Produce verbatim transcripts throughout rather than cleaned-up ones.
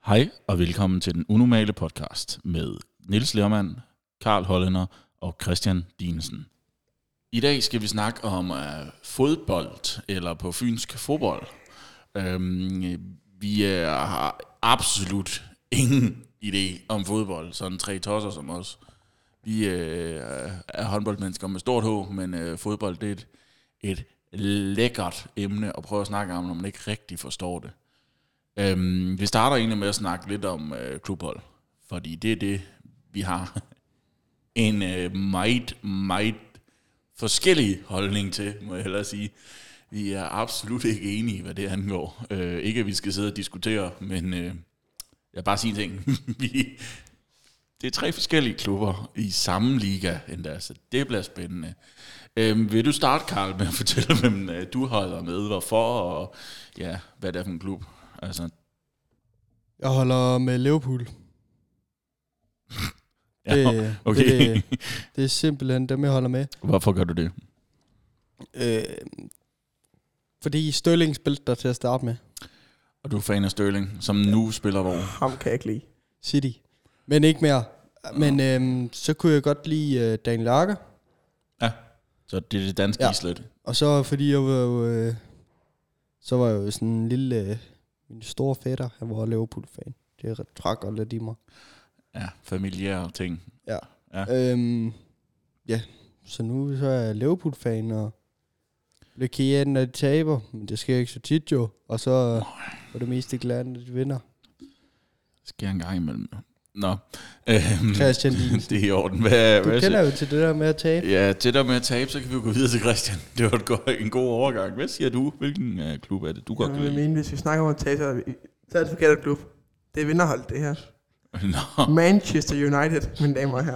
Hej og velkommen til den unormale podcast med Niels Lermand, Karl Hollænder og Christian Dinesen. I dag skal vi snakke om uh, fodbold, eller på fynsk fodbold. Um, vi uh, har absolut ingen idé om fodbold, sådan tre tosser som os. Vi uh, er håndboldmennesker med stort H, men uh, fodbold det er et, et lækkert emne at prøve at snakke om, når man ikke rigtig forstår det. Um, vi starter egentlig med at snakke lidt om uh, klubhold, fordi det er det, vi har en uh, meget, meget forskellig holdning til, må jeg hellere sige. Vi er absolut ikke enige, hvad det angår. Uh, ikke at vi skal sidde og diskutere, men uh, jeg vil bare sige en ting. vi, det er tre forskellige klubber i samme liga endda, så det bliver spændende. Uh, vil du starte, Karl, med at fortælle, hvem uh, du holder med, hvorfor, og ja, hvad det er for en klub? Altså. Jeg holder med Liverpool. Ja, det, okay. det, det er simpelthen dem, jeg holder med. Hvorfor gør du det? Øh, fordi Sterling spillede der til at starte med. Og du er fan af Sterling, som nu spiller hvor? Ham kan jeg ikke lide. City. Men ikke mere. Men øhm, så kunne jeg godt lide øh, Daniel Lager. Ja, så det er det danske ja. islet. Og så fordi jeg var jo... Øh, så var jeg jo sådan en lille... Øh, min store fætter, han var Liverpool-fan. Det trak godt lidt i mig. Ja, familiære ting. Ja. Ja. Øhm, ja, så nu så er jeg Liverpool-fan, og bliver ked når de taber, men det sker ikke så tit jo. Og så er det mest glade, når de vinder. Det sker en gang imellem. Nå. Øhm, Christian Dinesen. Det er i orden. Hvad, du hvad kender jo til det der med at tabe. Ja, til det der med at tabe, så kan vi jo gå videre til Christian. Det var et go- en god overgang. Hvad siger du? Hvilken uh, klub er det, du godt kan lide? Jeg mener, hvis vi snakker om at tabe, så er det et forkert klub. Det er vinderhold, det her. Nå. Manchester United, mine damer og herrer.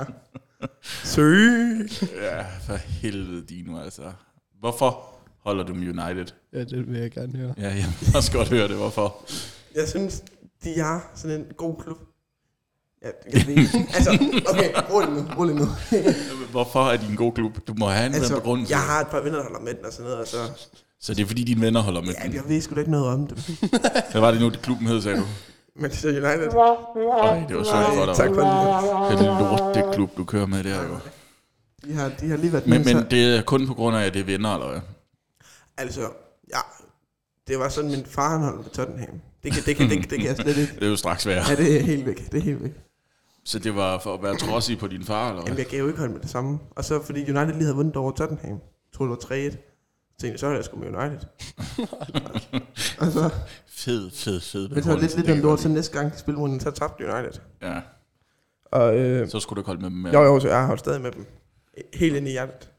Søg! Ja, for helvede Dino, altså. Hvorfor holder du med United? Ja, det vil jeg gerne høre. Ja, jeg vil også godt høre det. Hvorfor? Jeg synes, de er sådan en god klub. Ja, jeg ved ikke. Altså, okay, rolig nu, rolig nu. Hvorfor er de en god klub? Du må have en altså, begrundelse. Jeg har et par venner, der holder med den og sådan noget, og så... Så det er fordi dine venner holder med ja, den? jeg ved sgu da ikke noget om dem. Hvad var det nu, det klubben hed, sagde du? Manchester United. Nej, det var synd for dig. Tak for det. Det er lort, det klub, du kører med der jo. De har, de har lige været Men, med, men det er kun på grund af, at det er venner, eller hvad? Altså, ja, det var sådan, min far han holdt med Tottenham. Det kan, det kan, det, det kan jeg slet ikke. Det er jo straks værre. Ja, det er helt væk, det er helt væk. Så det var for at være trodsig på din far, eller hvad? Jamen, jeg kan jo ikke holde med det samme. Og så fordi United lige havde vundet over Tottenham. Jeg troede, det var tre et. Så tænkte jeg, så er jeg sgu med United. og så... Fed, fed, fed. Men så var lidt lidt en lort til næste gang, de spillede mod den, så tabte United. Ja. Og, øh, så skulle du ikke holde med dem mere. Jo, jo, så jeg har holdt stadig med dem. Helt ind i hjertet.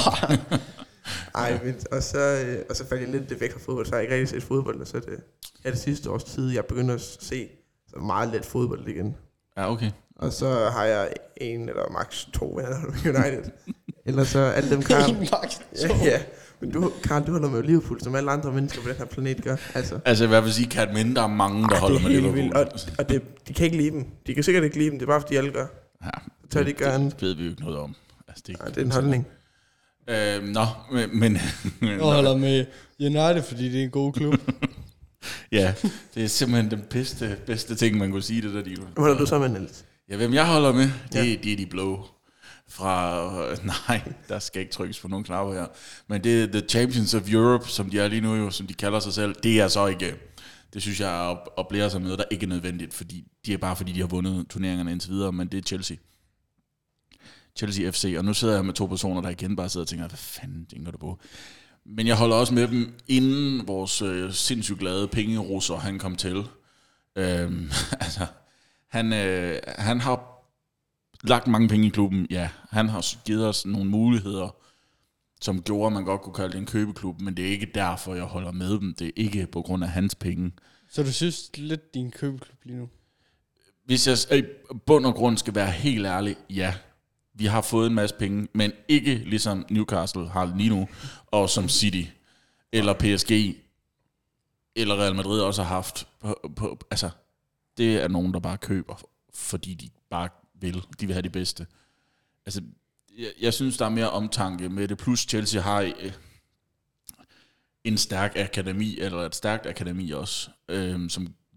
Ej, men, og, så, øh, og så faldt jeg lidt det væk fra fodbold, så har jeg ikke rigtig set fodbold. Og så det, ja, det sidste års tid, jeg begynder at se så meget let fodbold igen. Ja, okay. Og så har jeg en eller max to venner, der holder med United. Eller så alle dem, Karl. En max to? Ja, ja. Men du, Karl, du holder med Liverpool, som alle andre mennesker på den her planet gør. Altså, altså hvad vil sige, kan mindre der er mange, der Ej, holder med Liverpool. Vildt. Og, og det, de kan ikke lide dem. De kan sikkert ikke lide dem, det er bare fordi alle gør. Ja, så tør de ikke gøre andet. Det ved vi jo ikke noget om. Altså, det, er ja, det er en holdning. Øh, nå, men... men jeg holder med United, fordi det er en god klub. Ja, det er simpelthen den bedste, bedste ting, man kunne sige det der. De... Hvad holder du så med, Niels? Ja, hvem jeg holder med, det, ja. det er de blå. Fra, øh, nej, der skal ikke trykkes på nogen knapper her. Men det er The Champions of Europe, som de er lige nu jo, som de kalder sig selv. Det er så ikke, det synes jeg er at, at blære sig med, der ikke er nødvendigt, fordi de er bare fordi, de har vundet turneringerne indtil videre, men det er Chelsea. Chelsea F C, og nu sidder jeg med to personer, der igen bare sidder og tænker, hvad fanden tænker du på? Men jeg holder også med dem, inden vores øh, sindssygt glade pengerusser, han kom til. Øhm, altså, han, øh, han har lagt mange penge i klubben, ja. Han har givet os nogle muligheder, som gjorde, at man godt kunne kalde det en købeklub, men det er ikke derfor, jeg holder med dem. Det er ikke på grund af hans penge. Så du synes lidt, din købeklub lige nu? Hvis jeg i bund og grund skal være helt ærlig, ja. Vi har fået en masse penge, men ikke ligesom Newcastle har lige nu, og som City, eller P S G, eller Real Madrid også har haft. På, på, altså, det er nogen, der bare køber, fordi de bare vil. De vil have det bedste. Altså, jeg, jeg synes, der er mere omtanke med det. Plus Chelsea har øh, en stærk akademi, eller et stærkt akademi også, øh, som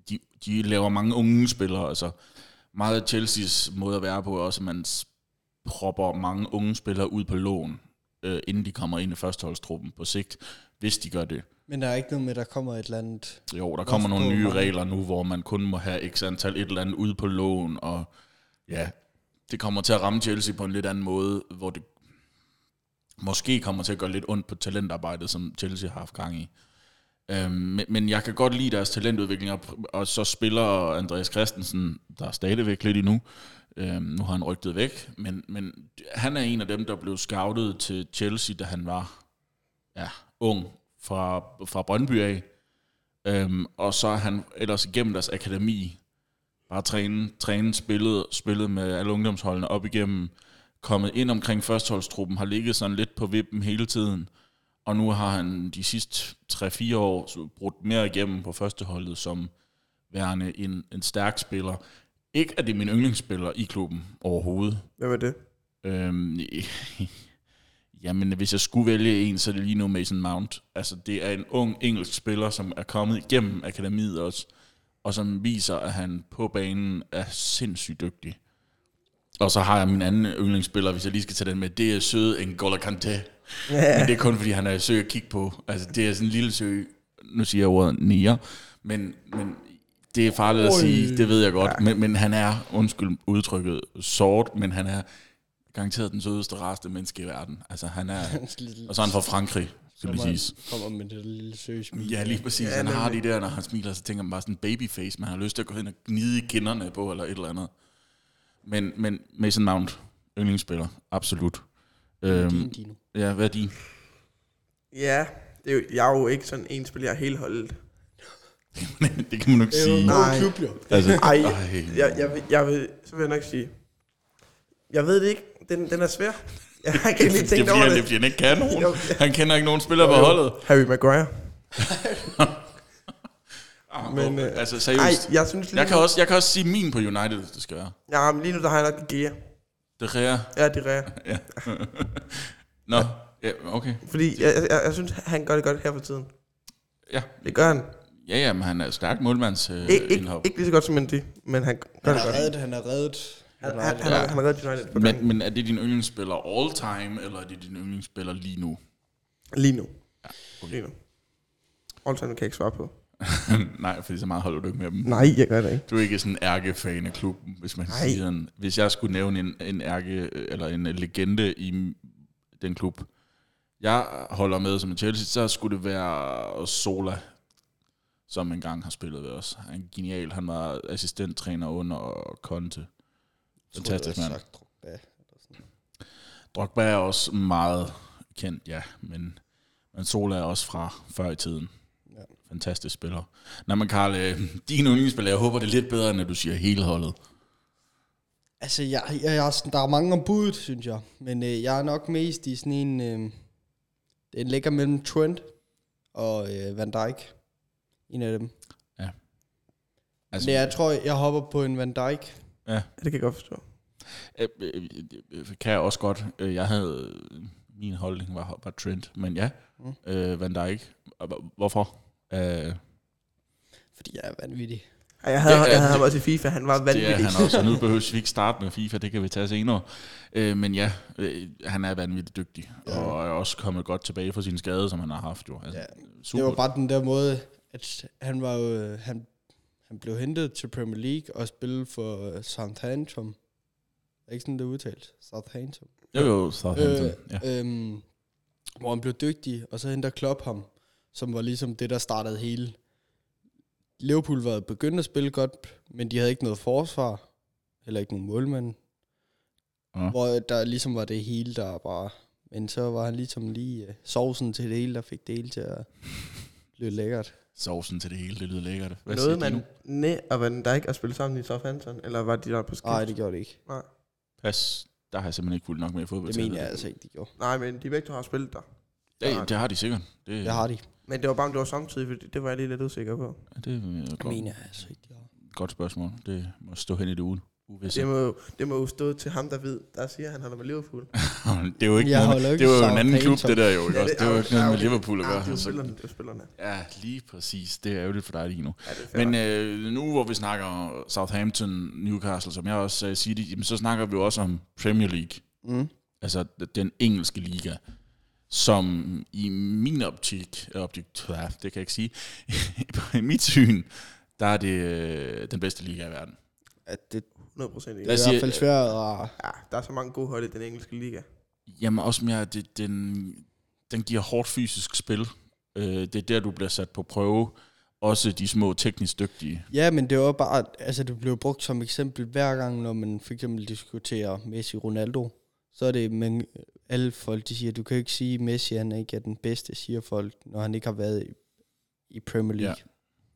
de, de laver mange unge spillere. Altså, meget af Chelseas måde at være på er også, at man propper mange unge spillere ud på lån, øh, inden de kommer ind i førsteholdstruppen på sigt, hvis de gør det. Men der er ikke noget med, at der kommer et eller andet... Jo, der kommer nogle nye regler nu, hvor man kun må have x antal et eller andet ude på lån, og ja, det kommer til at ramme Chelsea på en lidt anden måde, hvor det måske kommer til at gøre lidt ondt på talentarbejdet, som Chelsea har haft gang i. Øhm, men, men jeg kan godt lide deres talentudvikling, og, og så spiller Andreas Christensen, der er stadigvæk lidt endnu. Øhm, nu har han rygtet væk, men, men han er en af dem, der blev scoutet til Chelsea, da han var ja, ung fra, fra Brøndby af. Øhm, og så er han ellers igennem deres akademi bare trænet, trænet spillet, spillet med alle ungdomsholdene op igennem, kommet ind omkring førsteholdstruppen, har ligget sådan lidt på vippen hele tiden, og nu har han de sidste tre fire år brugt mere igennem på førsteholdet som værende en, en stærk spiller. Ikke at det er min yndlingsspiller i klubben overhovedet. Hvem er det? Øhm, jamen, hvis jeg skulle vælge en, så er det lige nu Mason Mount. Altså, det er en ung engelsk spiller, som er kommet igennem akademiet også, og som viser, at han på banen er sindssygt dygtig. Og så har jeg min anden yndlingsspiller, hvis jeg lige skal tage den med, det er søde N'Golo Kanté. Yeah. Men det er kun fordi, han er søg at kigge på. Altså, det er sådan en lille søg, nu siger jeg ordet nier, men, men det er farligt at sige, det ved jeg godt, ja. men, men han er, undskyld udtrykket, sort, men han er garanteret den sødeste, rareste menneske i verden. Altså, han er, og så er han fra Frankrig, skal det siges. Kommer med det lille søgsmil. Ja, lige præcis. Ja, han har de der, når han smiler, så tænker man bare sådan en babyface, man har lyst til at gå hen og gnide i kinderne på, eller et eller andet. Men, men Mason Mount, yndlingsspiller, absolut. Øhm, din, Dino. Ja, hvad er din? Ja, det er jo, jeg er jo ikke sådan en spiller, jeg er helt holdet. Det kan man nok sige. Nej. Klub, jo. Altså, ej, jeg, jeg, vil, jeg vil, så vil jeg nok sige, jeg ved det ikke, den, den er svær. Jeg har ikke lige tænkt det over det. det. Det bliver han ikke kan nogen. Han kender ikke nogen spiller på holdet. Harry Maguire. ah, men, øh, altså seriøst. Ej, jeg synes lige jeg, kan også, jeg kan også sige min på United, hvis det skal være. Ja, men lige nu der har jeg nok De Gea. De Gea? Ja, De Gea. Ja. Nå, ja, okay. Fordi jeg, jeg, jeg synes, han gør det godt her for tiden. Ja. Det gør han. Ja, ja, men han er stærk målmands øh, Ik- ikke, ikke lige så godt som Mendy, men han gør han det godt. Reddet, han er reddet. Han, han, han, han har reddet United på men, men er det din yndlingsspiller all time, eller er det din yndlingsspiller lige nu? Lige nu. Ja, okay. Lige nu. All time kan jeg ikke svare på. Nej, fordi så meget holder du ikke med dem. Nej, jeg gør det ikke. Du er ikke sådan en ærkefan af klubben, hvis man Nej. siger en, hvis jeg skulle nævne en, en ærke, eller en legende i den klub, jeg holder med som en Chelsea, så skulle det være Zola, som engang har spillet ved os. Han er genial. Han var assistenttræner under Conte. Fantastisk mand. Drogba. Drogba er også meget kendt, ja, men, men Zola er også fra før i tiden. Ja. Fantastisk spiller. Nå, men Karl, øh, din yndlingsspiller, jeg håber det er lidt bedre, end at du siger hele holdet. Altså, jeg, jeg, jeg, der er mange om budet, synes jeg. Men øh, jeg er nok mest i sådan en... Øh, den ligger mellem Trent og øh, Van Dijk. En af dem. Ja. Altså, men jeg tror, jeg hopper på en Van Dijk. Ja. Ja, det kan jeg godt forstå. Øh, øh, øh, kan jeg også godt. Jeg havde... Min holdning var, var Trent, men ja, mm. øh, Van Dijk. Hvorfor? Øh, Fordi jeg er vanvittig. Ja, jeg havde, det, jeg havde ham også i FIFA, han var vanvittig. Det er han også, nu behøver vi ikke starte med FIFA, det kan vi tage senere. Øh, men ja, øh, han er vanvittigt dygtig, ja. Og er også kommet godt tilbage fra sin skade, som han har haft jo. Altså, ja. Super. Det var bare den der måde, at han var jo, han, han blev hentet til Premier League og spillede for Southampton. Er ikke sådan, det er udtalt? Southampton. Jo, jo, Southampton, øh, ja. Øhm, hvor han blev dygtig, og så henter Klopp ham, som var ligesom det, der startede hele. Liverpool var begyndt at spille godt, men de havde ikke noget forsvar, heller ikke nogen målmand. Ja. Hvor der ligesom var det hele, der bare... Men så var han ligesom lige uh, sovsen til det hele, der fik det hele til at lyde lækkert. Sovsen til det hele, det lyder lækkert. Hvad Noget man Næ og Van Dijk at spille sammen i Southampton, eller var de der på skift? Nej, det gjorde det ikke. Nej. Pas, der har jeg simpelthen ikke fulgt nok med i fodbold. Det mener jeg altså ikke, de gjorde. Nej, men de begge to har spillet der. Ja, det, det har de sikkert. Det, det har de. Men det var bare, om det var samtidig, for det var jeg lige lidt usikker på. Ja, det er det mener jeg altså ikke, de har. Godt spørgsmål. Det må stå hen i det uge. uvisse. Det må, det må jo stå til ham, der ved. Der siger, at han holder med Liverpool. det er jo ikke Jeg noget, holder det ikke er jo en Southampton. anden klub, det der jo. Ikke Ja, også? det Det er jo er- ikke noget ja, med okay. Liverpool at Ja, gøre. det er jo Så- spillerne, det er jo spillerne. Ja, lige præcis. Det er ærgerligt for dig lige nu. Ja, det er fair. Men øh, nu hvor vi snakker Southampton, Newcastle, som jeg også sagde, City, jamen, så snakker vi jo også om Premier League. Mm. Altså den engelske liga, som i min optik, optik ja, det kan jeg ikke sige, i mit syn, der er det øh, den bedste liga i verden. At det, hundrede procent det ikke. er i siger- hvert fald svært at... Ja, der er så mange gode hold i den engelske liga. Jamen også mere, det, den, den giver hårdt fysisk spil. Øh, det er der, du bliver sat på prøve. Også de små teknisk dygtige. Ja, men det var bare... Altså, det blev brugt som eksempel hver gang, når man for eksempel diskuterer Messi Ronaldo. Så er det, men alle folk, de siger, du kan jo ikke sige, at Messi han ikke er den bedste, siger folk, når han ikke har været i, i Premier League. Ja.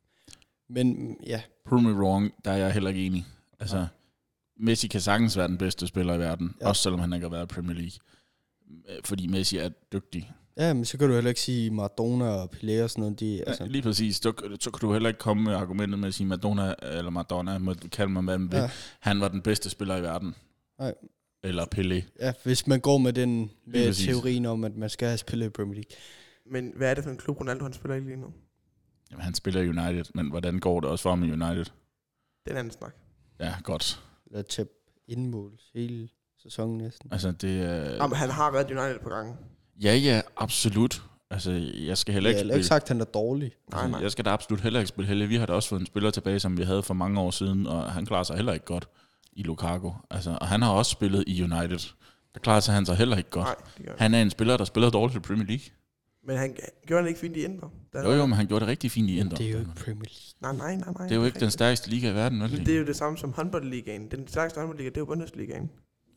Men ja, Prove me wrong, der er jeg heller ikke enig. Altså, Ja. Messi kan sagtens være den bedste spiller i verden, Ja. også selvom han ikke har været i Premier League. Fordi Messi er dygtig. ja, men så kan du heller ikke sige Maradona og Pelé og sådan noget. De, Altså. altså, Lige præcis. Så, så kan du heller ikke komme med argumentet med at sige, Madonna, eller Madonna, må du kalde mig, hvad man vil. Ja. Han var den bedste spiller i verden. Nej. Eller Pelé. ja, hvis man går med den Lige med præcis. teorien om, at man skal have spillet i Premier League. Men hvad er det for en klub, Ronaldo han spiller i lige nu? Jamen, han spiller i United, men hvordan går det også for ham i United? Det er en anden snak. Ja, godt. Eller til indmål hele sæsonen næsten. Altså, det er... Jamen, han har reddet United på gangen. Ja, ja, absolut. Altså, jeg skal heller Jeg ikke har ikke spille... sagt, at han er dårlig. Nej, nej. Jeg skal da absolut heller ikke spille heldig. Vi har da også fået en spiller tilbage, som vi havde for mange år siden, og han klarer sig heller ikke godt i Lukaku. Altså, og han har også spillet i United. Der klarer sig han sig heller ikke godt. Nej, det gør han. Han er en spiller, der spiller dårligt i Premier League. Men han gjorde han ikke fint i Inter. Der Jo, jo, men han gjorde det rigtig fint i Inter. Det er jo ikke Premier League. Nej, nej, nej, nej. Det er jo ikke den stærkeste liga i verden, vel? Men det er jo det samme som håndboldligaen. Den stærkeste håndboldliga, det er jo Bundesligaen.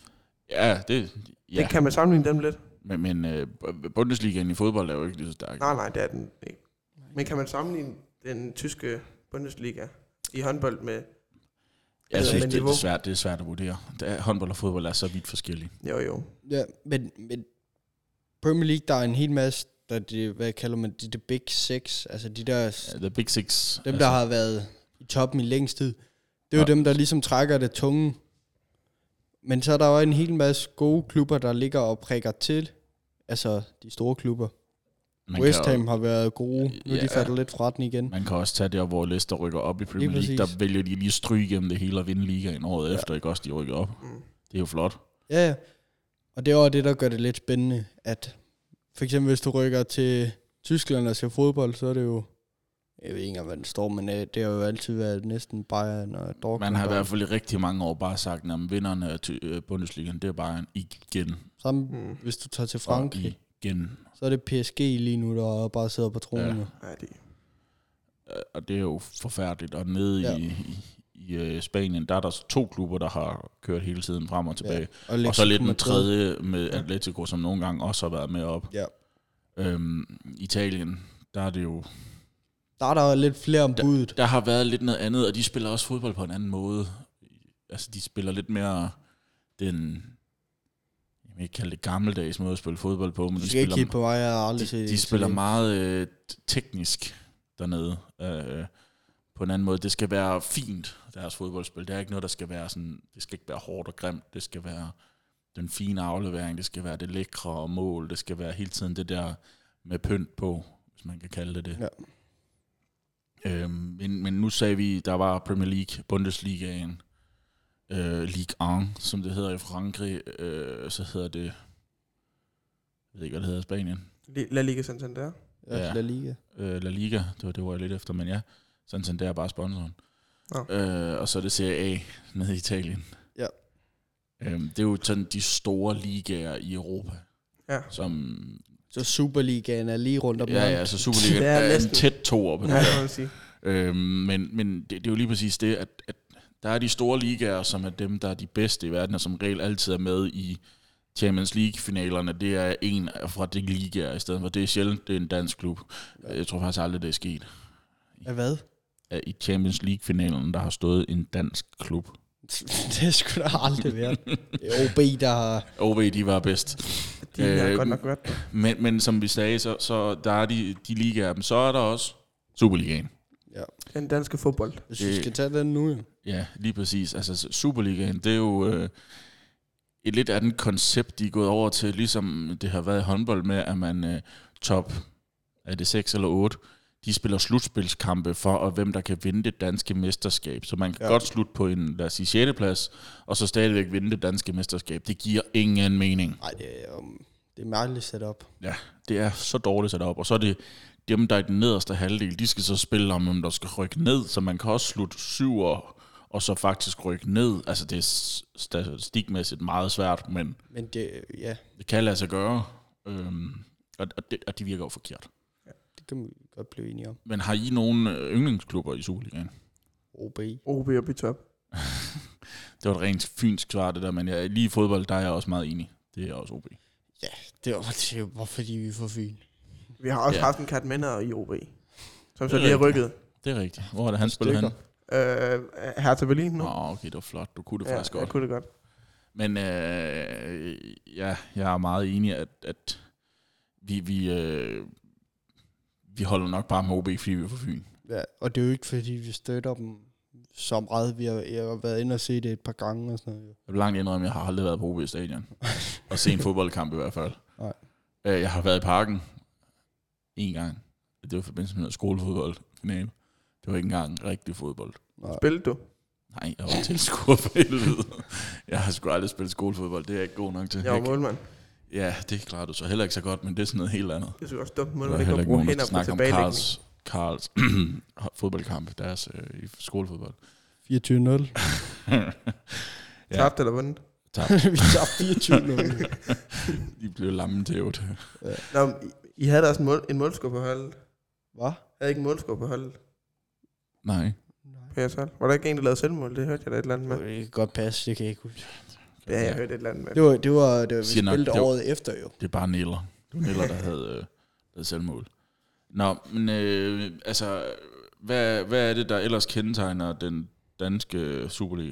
Ja, det... Ja. Ja, Det kan man sammenligne dem lidt. men, men uh, Bundesligaen i fodbold er jo ikke lige så stærk. Nej, nej, det er den ikke. Men kan man sammenligne den tyske Bundesliga i håndbold med... Jeg Altså, synes, med det, det, niveau? er svært, det er svært at vurdere. Det er, håndbold og fodbold er så vidt forskellige. Jo, jo. Ja, men, men Premier League, der er en hel masse, der det, hvad kalder man det, the big six, altså de der, Ja, the Big Six. dem der har været i toppen i længst tid, det er jo Ja. dem, der ligesom trækker det tunge. Men så er der jo en hel masse gode klubber, der ligger og prikker til, altså de store klubber. Man West kan jo- Ham har været gode, nu er Ja. de faldet lidt fra den igen. Man kan også tage der, hvor Leicester rykker op i Premier Lige League. Der præcis. vælger de lige at stryge gennem det hele og vinde ligaen året Ja. efter, ikke også de rykker op. Mm. Det er jo flot. Ja, ja. Og det er også det, der gør det lidt spændende, at for eksempel hvis du rykker til Tyskland og ser fodbold, så er det jo, jeg ved ikke engang, hvad den står, men øh, det har jo altid været næsten Bayern og Dortmund. Man har i og- hvert fald i rigtig mange år bare sagt, at vinderne af ty- øh, Bundesligaen, det er bare en igen. Samme, Mm. hvis du tager til Og Frankrig, igen. så er det P S G lige nu, der bare sidder på tronen. Ja. Ja, det, Øh, Og det er jo forfærdeligt. Og nede Ja. i, i, i øh, Spanien, der er der to klubber, der har kørt hele tiden frem og tilbage. Og, Og så lidt den Madrid. tredje med Atletico, som nogle gange også har været med op. Ja. Øhm, Italien, der er det jo... Der er der jo lidt flere om budet. Der har været lidt noget andet, og de spiller også fodbold på en anden måde. Altså, de spiller lidt mere den... Jeg vil ikke kalde det gammeldags måde at spille fodbold på, men Du de skal ikke spiller, kigge på mig, jeg har aldrig set de, det. de spiller meget øh, teknisk dernede. Øh, på en anden måde. Det skal være fint, deres fodboldspil. Det er ikke noget, der skal være sådan... Det skal ikke være hårdt og grimt. Det skal være den fine aflevering. Det skal være det lækre og mål. Det skal være hele tiden det der med pynt på, hvis man kan kalde det det. Ja. Øhm, men, men nu sagde vi, der var Premier League, Bundesligaen, øh, Ligue et, som det hedder i Frankrig, øh, så hedder det, jeg ved ikke, hvad det hedder i Spanien, La Liga Santander. Ja, Ja. La Liga. øh, La Liga, det var det, var jeg lidt efter, men ja, sådan der er bare sponsoren. Nå. Øh, og så er det Serie A nede i Italien. Ja. Øhm, det er jo sådan de store ligaer i Europa, Ja. som, Så Superligaen er lige rundt om ja, hjørnet. ja, så Superligaen Det er er, er en næsten- tæt to op. Ja, det må man sige. Øhm, men men det, det er jo lige præcis det, at, at der er de store ligaer, som er dem, der er de bedste i verden, og som regel altid er med i Champions League-finalerne. Det er en fra de ligaer i stedet for. Det er sjældent, det er en dansk klub. Jeg tror faktisk aldrig, det er sket. Ja, hvad? At i Champions League-finalen, der har stået en dansk klub. Det skulle der aldrig være. Det er O B, der har... O B, de var bedst. De er Øh, godt nok godt. Men, men som vi sagde, så, så der er de, de ligaer, men så er der også Superligaen. Ja. Den danske fodbold. Hvis vi skal tage den nu, jo. Ja, lige præcis. Altså Superligaen, det er jo øh, et lidt andet koncept, de er gået over til, ligesom det har været i håndbold med, at man øh, top, er det seks eller otte, de spiller slutspilskampe for, og hvem der kan vinde det danske mesterskab. Så man kan ja. godt slutte på en, lad os sige, sjette plads, og så stadigvæk vinde det danske mesterskab. Det giver ingen mening. Nej, det er, um, det er mærkeligt sat op. Ja, det er så dårligt sat op. Og så er det dem, der er i den nederste halvdel, de skal så spille om, om der skal rykke ned, så man kan også slutte syv år, og så faktisk rykke ned. Altså, det er statistikmæssigt meget svært, men, men det, ja. det kan lade sig gøre, øhm, og, og, det, og det virker jo forkert. Ja, det kan vi godt blive enige om. Men har I nogle yndlingsklubber i Superligaen? O B. O B op i top. Det var et rent fynsk svar, det der, men jeg, lige i fodbold, der er jeg også meget enig. Det er også O B. Ja, det er jo bare fordi vi er for Fyn. Vi har også ja. haft en Katmænder i O B, som så lige har rykket. Det er rigtigt. Hvor er det, han spiller han? Øh, Hertha Berlin nu. Åh, oh, okay, det var flot. Du kunne det ja, faktisk godt. jeg kunne det godt. Men øh, ja, jeg er meget enig, at, at vi, vi, øh, vi holder nok bare med O B, fordi vi er for Fyn. Ja, og det er jo ikke, fordi vi støtter dem så meget. Vi har, jeg har været inde og set det et par gange og sådan noget. Jeg vil langt indrømme, jeg har aldrig været på O B stadion. Og se en fodboldkamp i hvert fald. Nej. Jeg har været i parken en gang. Det var i forbindelse med noget skolefodboldfinale. Det var ikke engang rigtig fodbold. Nej. Spillede du? Nej, jeg var tilskuer for helvede. Jeg har sgu aldrig spillet skolefodbold. Det er jeg ikke god nok til. Jeg var målmand. Ja, det klarer du så heller ikke så godt, men det er sådan noget helt andet. Det er så også dumt, målmand. Der er heller ikke nogen, der snakker om Karls, Karls fodboldkamp. Deres øh, i skolefodbold. fireogtyve nul. Ja. Tabt eller vundet? Tabt. Vi tabte fireogtyve nul. De blev lammetævet. Ja. Nå, I havde da også en, mål, en målscore på holdet. Hvad? Havde ikke en målscore på holdet? Nej. P S L. Var der ikke en, der lavede selvmål? Det hørte jeg da et eller andet med. Det kan godt passe, det kan jeg ikke huske. Det har jeg hørt et eller andet med. Det var, det var, det var vi spillet nok, året efter jo. Det er bare Niller. Det var Niller, der havde, øh, havde selvmål. Nå, men øh, altså, hvad, hvad er det, der ellers kendetegner den danske Superliga?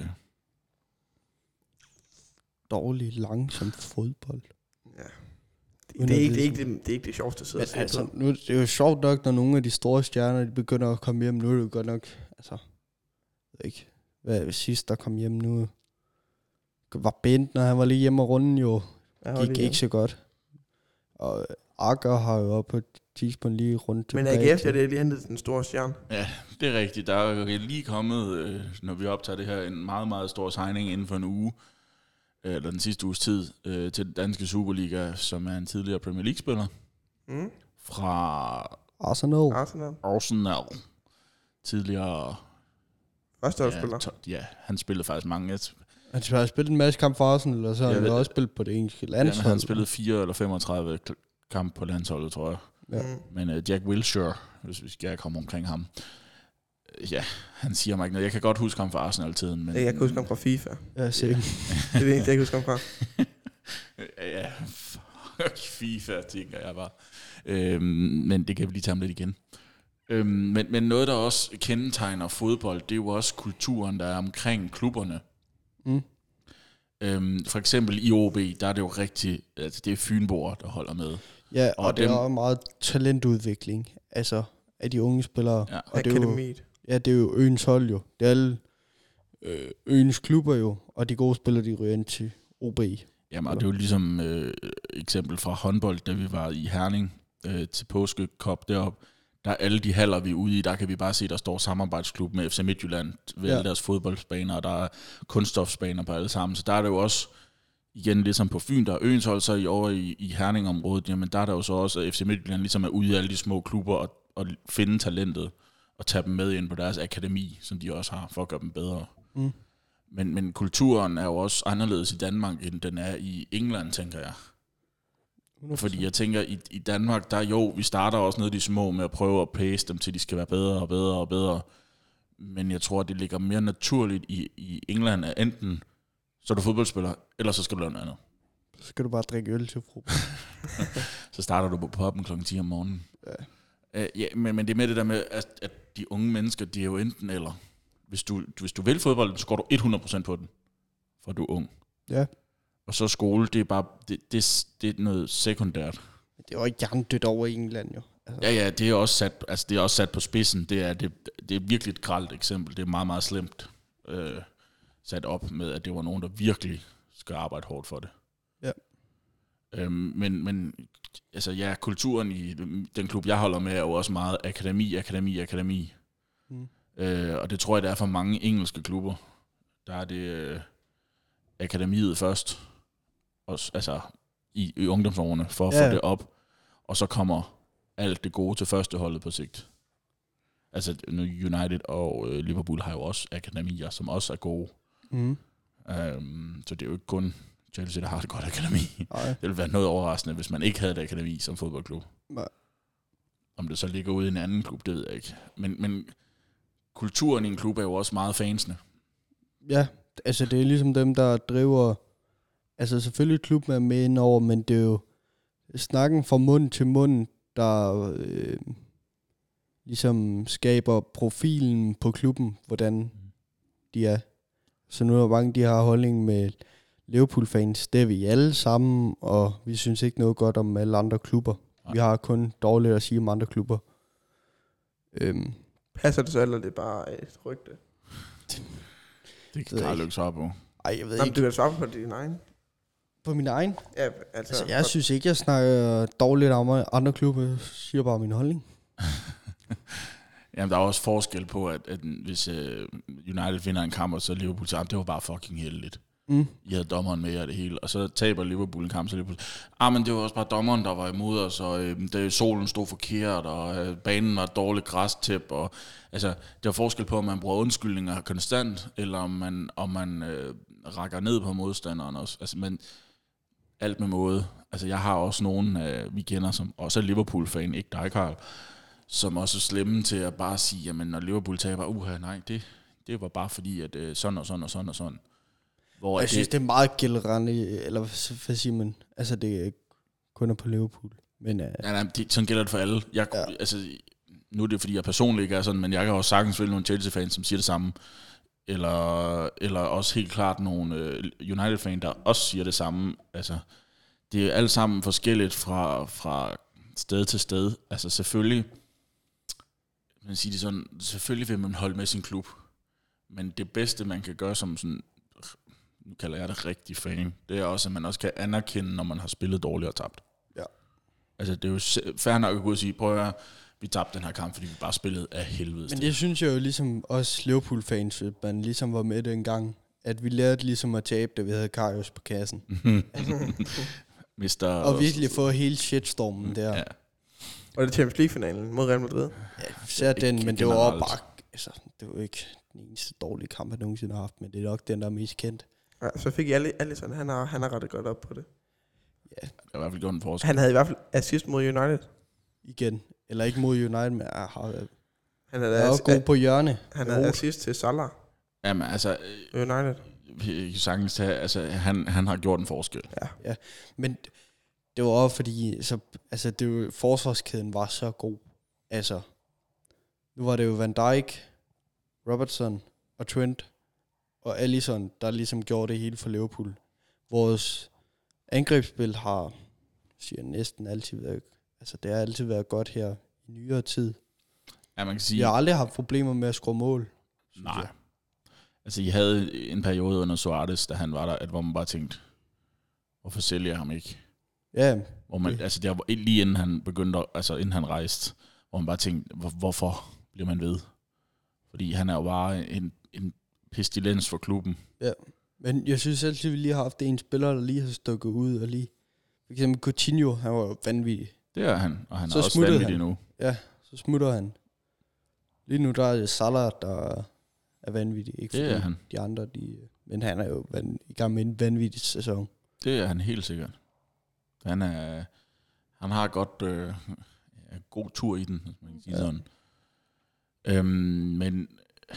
Dårlig, langsom fodbold. Ja. Det, det, er ikke, det, er ikke det, det er ikke det sjoveste at sidde og se altså, nu, det er jo sjovt nok, når nogle af de store stjerner, de begynder at komme hjem. Nu er det jo godt nok, altså, jeg ved ikke, hvad er det sidst, der kom hjem nu? Var Bent, når han var lige hjemme og runde jo, ja, gik ikke så godt. Og Akker har jo på et tidspunkt lige rundt tilbage. Men A G F, ja, det er lige hentet den store stjerne. Ja, det er rigtigt. Der er lige kommet, når vi optager det her, en meget, meget stor signing inden for en uge, eller den sidste uges tid, til den danske Superliga, som er en tidligere Premier League-spiller. Mm. Fra Arsenal. Arsenal. Arsenal. Tidligere... Førsteholdsspiller. Ja, ja, han spillede faktisk mange... Han har spillet en masse kamp for Arsenal, og så har han også spillet på det engelske landshold. Ja, han spillede fire eller femogtredive kamp på landsholdet, tror jeg. Ja. Men uh, Jack Wilshere, hvis vi skal komme omkring ham, ja, han siger mig ikke noget. Jeg kan godt huske ham fra Arsenal-tiden. Men jeg kan huske ham fra FIFA. Ja, se. Det er det, jeg kan huske ham fra. Ja, fuck FIFA, tænker jeg bare. Øhm, men det kan vi lige tage om lidt igen. Øhm, men, men noget, der også kendetegner fodbold, det er jo også kulturen, der er omkring klubberne. Mm. Øhm, for eksempel i O B, der er det jo rigtig, altså det er fynboer, der holder med. Ja, og, og det dem, er meget talentudvikling, altså af de unge spillere. Ja. Og det er jo, ja, det er jo øens hold jo. Det er alle øh, øens klubber jo, og de gode spillere, de ryger ind til O B. Jamen, og det er jo ligesom øh, eksempel fra håndbold, da vi var i Herning øh, til Påske Cup deroppe. Der er alle de haller, vi er ude i, der kan vi bare se, der står samarbejdsklub med F C Midtjylland ved ja. alle deres fodboldsbaner, og der er kunststofsbaner på alle sammen. Så der er det jo også, igen ligesom på Fyn, der er øens hold, så i over i, i Herning-området, jamen der er der jo så også, at F C Midtjylland ligesom er ude i alle de små klubber og, og finde talentet og tage dem med ind på deres akademi, som de også har, for at gøre dem bedre. Mm. Men, men kulturen er jo også anderledes i Danmark, end den er i England, tænker jeg. Fordi jeg tænker, i, i Danmark, der jo, vi starter også nede i de små med at prøve at pace dem, til de skal være bedre og bedre og bedre. Men jeg tror, det ligger mere naturligt i, i England, at enten så er du fodboldspiller, eller så skal du lave noget andet. Så skal du bare drikke øl til frokost. Så starter du på poppen klokken ti om morgenen. Ja. Uh, ja, men, men det er med det der med, at, at de unge mennesker, de er jo enten eller. Hvis du, hvis du vil fodbold, så går du hundrede procent på den, for du er ung. Ja. Og så skole, det er bare, det, det, det er noget sekundært. Det er jo ikke jerndødt over i England jo. Altså. Ja, ja, det er også sat, altså det er også sat på spidsen. Det er, det, det er virkelig et grelt eksempel. Det er meget, meget slemt øh, sat op med, at det var nogen, der virkelig skal arbejde hårdt for det. Ja. Øhm, men, men altså ja, kulturen i den klub, jeg holder med, er jo også meget akademi, akademi, akademi. Mm. Øh, og det tror jeg, der er for mange engelske klubber. Der er det øh, akademiet først, også, altså i, i ungdomsårene, for at ja. få det op. Og så kommer alt det gode til førsteholdet på sigt. Altså United og øh, Liverpool har jo også akademier, som også er gode. Mm. Øhm, så det er jo ikke kun Chelsea, der har et godt akademi. Ej. Det ville være noget overraskende, hvis man ikke havde et akademi som fodboldklub. Nej. Om det så ligger ude i en anden klub, det ved jeg ikke. Men, men kulturen i en klub er jo også meget fansende. Ja, altså det er ligesom dem, der driver... Altså selvfølgelig klubben er med indover, men det er jo snakken fra mund til mund, der øh, ligesom skaber profilen på klubben, hvordan de er. Så nu er der mange, de har holdning med Liverpool-fans. Det er vi alle sammen, og vi synes ikke noget godt om alle andre klubber. Nej. Vi har kun dårligt at sige om andre klubber. Øhm. Passer det så, eller det er bare et rygte? Det kan Karl ikke svare på. Ej, jeg ved Nå, ikke. Du kan svare på din egen. På min egen? Ja, altså... altså jeg for... synes ikke, jeg snakker dårligt om andre klubber. Jeg siger bare min holdning. Jamen, der er også forskel på, at, at hvis uh, United vinder en kamp, og så Liverpool siger, det var bare fucking heldigt. Mm. I havde dommeren med jer det hele. Og så taber Liverpool en kamp, så Liverpool... Ah, men det var også bare dommeren, der var imod os, og øh, det, solen stod forkert, og øh, banen var et dårligt græstæp, og altså, det var forskel på, om man bruger undskyldninger konstant, eller om man, om man øh, rækker ned på modstanderen også. Altså, men alt med måde. Altså, jeg har også nogen, øh, vi kender, som også er Liverpool-fan, ikke dig, Karl, som også er slemme til at bare sige, jamen, når Liverpool taber, uha, nej, det, det var bare fordi, at øh, sådan og sådan og sådan og sådan. Hvor jeg det, synes, det er meget gælderende, eller hvad siger man? Altså, det er kun er på Liverpool. Men, uh, ja, nej, det, sådan gælder det for alle. Jeg, ja. altså, nu er det, fordi jeg personligt ikke er sådan, men jeg kan også sagtens vælge nogle Chelsea-fans, som siger det samme. Eller, eller også helt klart nogle uh, United-fans, der også siger det samme. Altså, det er alt sammen forskelligt fra, fra sted til sted. Altså, selvfølgelig, man siger det sådan, selvfølgelig vil man holde med sin klub. Men det bedste, man kan gøre som sådan, nu kalder jeg det rigtig fan, det er også, at man også kan anerkende, når man har spillet dårligt og tabt. Ja. Altså, det er jo fair nok at gå og sige, prøv at høre, vi tabte den her kamp, fordi vi bare spillede af helvede. Men det synes jeg jo ligesom også Liverpool-fans, at man ligesom var med dengang, at vi lærte ligesom at tabe, da vi havde Karius på kassen. Mister og virkelig få hele shitstormen der. Ja. Og det Champions League-finalen mod Real Madrid. Ja, så den, men det var også bare, altså, det var ikke den eneste dårlige kamp, jeg nogensinde har haft, men det er nok den, der er mest kendt. Ja, så fik jeg Alisson, han har, han har rettet godt op på det. Ja, det har i hvert fald gjort en forskel. Han havde i hvert fald assist mod United. Igen. Eller ikke mod United, men jeg har han havde er også god på hjørne. Han havde assist til Salah. Jamen altså, United. Vi kan sagtens tage, altså han, han har gjort en forskel. Ja, ja. Men det var også fordi, så, altså det var, forsvarskæden var så god. Altså, nu var det jo Van Dijk, Robertson og Trent og Alisson, der ligesom gjorde det hele for Liverpool. Vores angrebsspil har, siger næsten altid været, altså det har altid været godt her i nyere tid. Ja, man kan sige. Jeg har aldrig haft problemer med at score mål. Nej. Jeg. Altså, I havde en periode under Suarez, da han var der, at hvor man bare tænkte, hvorfor sælger jeg ham ikke? Ja. Hvor man, altså, det var lige inden han begyndte, altså inden han rejste, hvor man bare tænkte, hvor, hvorfor bliver man ved? Fordi han er jo bare en, en pestilens for klubben. Ja, men jeg synes altid, vi lige har haft en spiller, der lige har stukket ud, og lige, for eksempel Coutinho, han var jo vanvittig. Det er han, og han så er også vanvittig nu. Ja, så smutter han. Lige nu, der er det Salah, der er vanvittig. Ikke det er han. De andre, de, men han er jo van, i gang med en vanvittig sæson. Det er han helt sikkert. Han er, han har godt øh, god tur i den, hvis man kan sige ja. sådan. Øhm, men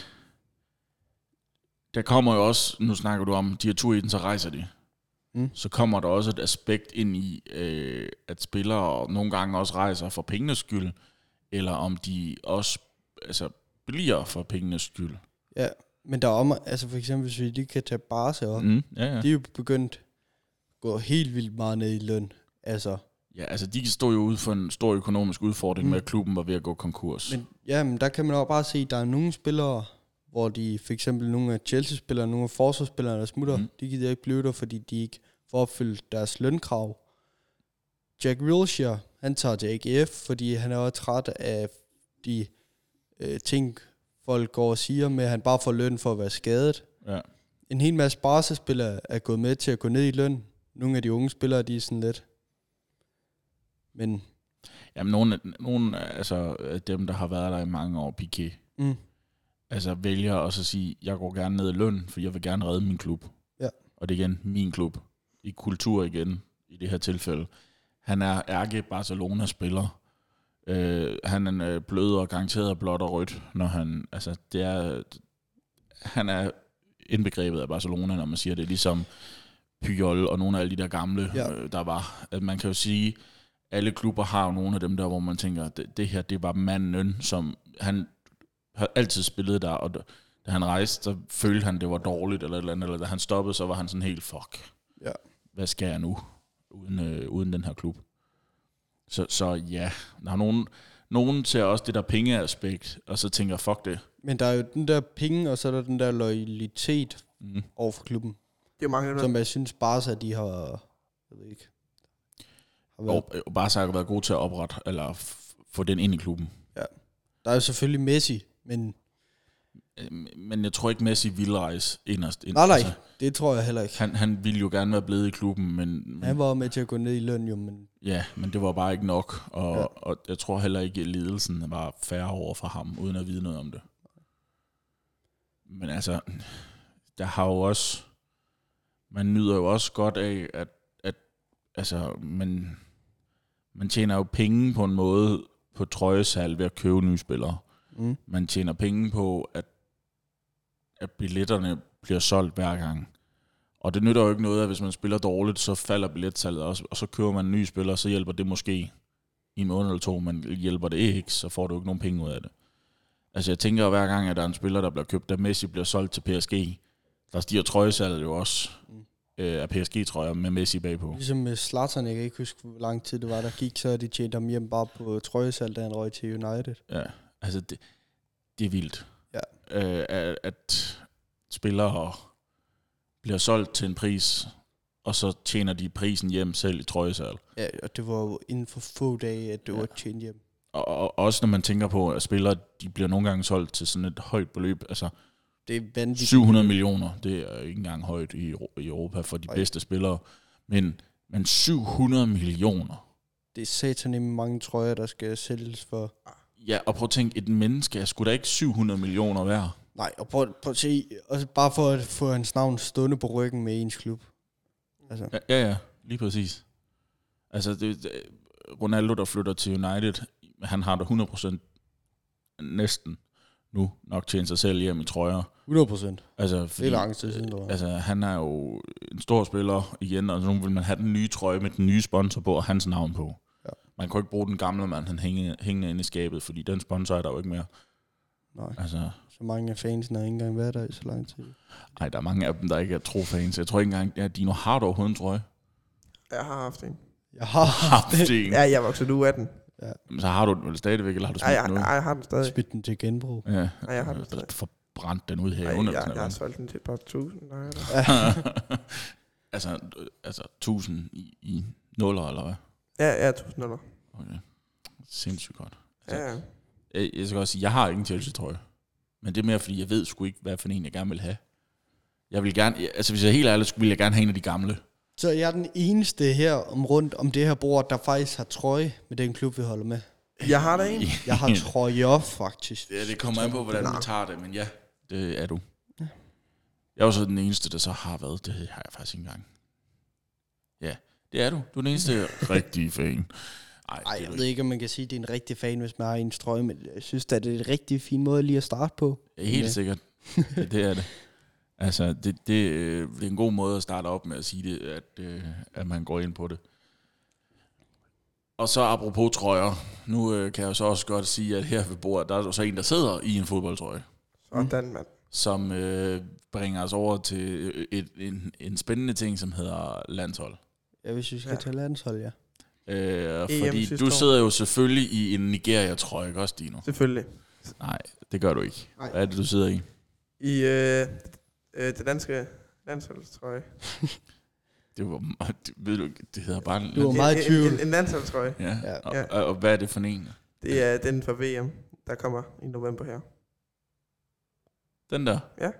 der kommer jo også, nu snakker du om, de har tur i den, så rejser de. Mm. Så kommer der også et aspekt ind i, øh, at spillere nogle gange også rejser for pengenes skyld, eller om de også altså, bliver for pengenes skyld. Ja, men der er om, altså for eksempel, hvis vi lige kan tage Barca op, mm, ja, ja. de er jo begyndt at gå helt vildt meget ned i løn. Altså, Ja, altså de stod jo ude for en stor økonomisk udfordring mm. med, at klubben var ved at gå konkurs. Men ja, men der kan man også bare se, at der er nogle spillere, hvor de for eksempel nogle af Chelsea-spillere, nogle af forsvarsspillere, der smutter, mm. de gider ikke blive der, fordi de ikke får opfyldt deres lønkrav. Jack Wilshere, han tager til A G F, fordi han er også træt af de øh, ting, folk går og siger med, at han bare får løn for at være skadet. Ja. En hel masse Barca-spillere er gået med til at gå ned i løn. Nogle af de unge spillere, de er sådan lidt. Men Jamen, nogle, nogle altså, af dem, der har været der i mange år, Piqué, mm. altså vælger også at sige, jeg går gerne ned i løn, for jeg vil gerne redde min klub. Ja. Og det er igen min klub. I kultur igen, i det her tilfælde. Han er ærke Barcelona-spiller. Øh, han er blød og garanteret blåt og rødt, når han, altså det er, han er indbegrebet af Barcelona, når man siger det, ligesom Puyol og nogle af alle de der gamle, ja. øh, der var. At man kan jo sige, alle klubber har jo nogle af dem der, hvor man tænker, det, det her, det var manden, som han har altid spillet der, og da han rejste, så følte han, det var dårligt, eller et eller andet, eller da han stoppede, så var han sådan helt, fuck, ja. Hvad skal jeg nu, uden, øh, uden den her klub? Så, så ja, der er nogen, nogen til også det der pengeaspekt, og så tænker fuck det. Men der er jo den der penge, og så er der den der loyalitet mm. over for klubben. Det er mange, der som jeg synes Barca, de har, jeg ved ikke. Har været. Og Barca har været god til at oprette, eller f- få den ind i klubben. Ja. Der er jo selvfølgelig Messi, men... Men jeg tror ikke, Messi ville rejse inderst. Ind. Nej, nej, altså, det tror jeg heller ikke. Han, han ville jo gerne være blevet i klubben, men... men han var med til at gå ned i løn, jo, men... Ja, men det var bare ikke nok, og, ja. og jeg tror heller ikke, at lidelsen var færre over for ham, uden at vide noget om det. Men altså, der har jo også... Man nyder jo også godt af, at, at altså, man, man tjener jo penge på en måde på trøjesalg ved at købe nye spillere. Mm. Man tjener penge på, at, at billetterne bliver solgt hver gang. Og det nytter jo ikke noget, at hvis man spiller dårligt, så falder billetsalget også, og så køber man en ny spiller, så hjælper det måske i en måned eller to, men hjælper det ikke, så får du ikke nogen penge ud af det. Altså jeg tænker jo hver gang, at der er en spiller, der bliver købt, da Messi bliver solgt til P S G, der stiger trøjesalget jo også mm. øh, af P S G-trøjer med Messi bagpå. Ligesom med Zlatan, jeg kan ikke huske, hvor lang tid det var, der gik, så de tjente ham hjem bare på trøjesalg, da han røg til United. Ja, altså det, det er vildt. Ja. Øh, at, at spillere bliver solgt til en pris, og så tjener de prisen hjem selv i trøjesalg. Ja, og det var jo inden for få dage, at det ja. var tjent hjem. Og, og også når man tænker på, at spillere, de bliver nogle gange solgt til sådan et højt beløb, altså det er vanvittigt. syv hundrede millioner, det er ikke engang højt i, i Europa for de Ej. bedste spillere, men, men syv hundrede millioner. Det er satan mange trøjer, der skal sælges for. Ja, og prøv at tænke, et menneske er sgu da ikke syv hundrede millioner værd. Nej, og prøv, prøv at se, også bare for at få hans navn stående på ryggen med ens klub. Altså. Ja, ja, ja, lige præcis. Altså, det, det, Ronaldo, der flytter til United, han har da hundrede procent næsten nu nok tjent sig selv hjem i trøjer. hundrede procent. Altså, fordi, det er lang tid siden, der var. Altså, han er jo en stor spiller igen, og nu vil man have den nye trøje med den nye sponsor på, og hans navn på. Ja. Man kan ikke bruge den gamle mand, han hænger, hænger inde i skabet, fordi den sponsor er der jo ikke mere. Nej. Altså, så mange af fansene har ikke engang været der i så lang tid. Nej, der er mange af dem, der ikke er trofans. Jeg tror ikke engang, at Dino har du overhovedet en trøje. Jeg har haft en. Jeg har haft en. Ja, jeg voksede ud af den. Ja. Så har du den vel stadigvæk, eller har du smidt ja, den ud? Nej, jeg har den stadig. Smidt den til genbrug. Ja, ja jeg har den stadig. Forbrændt den ud her Ej, under. Jeg, jeg har solgt den til et par tusind. Nej, altså, altså tusind i, i nuller, eller hvad? Ja, ja, tusind nuller. Okay. Sindssygt godt. Altså, ja, ja. Jeg, jeg skal også sige, jeg har ikke en Chelsea-trøje. Men det er mere, fordi jeg ved sgu ikke, hvad for en jeg gerne vil have. Jeg vil gerne, altså hvis jeg er helt ærlig, så ville jeg gerne have en af de gamle. Så jeg er den eneste her om rundt om det her bord, der faktisk har trøje med den klub, vi holder med. Jeg har der en. Jeg har trøje faktisk. Ja, det kommer an på, hvordan du tager det, men ja, det er du. Ja. Jeg er jo så den eneste, der så har været. Det har jeg faktisk ikke engang. Ja, det er du. Du er den eneste rigtige fan. Ej, Ej jeg ved ikke, om man kan sige, at det er en rigtig fan, hvis man har en trøje, men jeg synes, at det er en rigtig fin måde lige at starte på. Ja, helt ja. sikkert. Det er det. Altså, det, det, det er en god måde at starte op med at sige det, at, at man går ind på det. Og så apropos trøjer, nu øh, kan jeg jo så også godt sige, at her ved bordet, der er så en, der sidder i en fodboldtrøje. Sådan, mand. Som øh, bringer os over til et, en, en spændende ting, som hedder landshold. Ja, hvis vi skal ja. til landshold, ja. Øh, fordi du sidder jo selvfølgelig i en Nigeria-trøje, ikke også, Dino? Selvfølgelig. Nej, det gør du ikke. Nej. Hvad er det, du sidder i? I øh, øh, det danske landsholdstrøje. Det var, det, ved du, det hedder bare en, Du var meget i en, tvivl. en, en landsholdstrøje. ja. Ja. Og, og, og hvad er det for en? Det er den fra V M, der kommer i november her. Den der? Ja.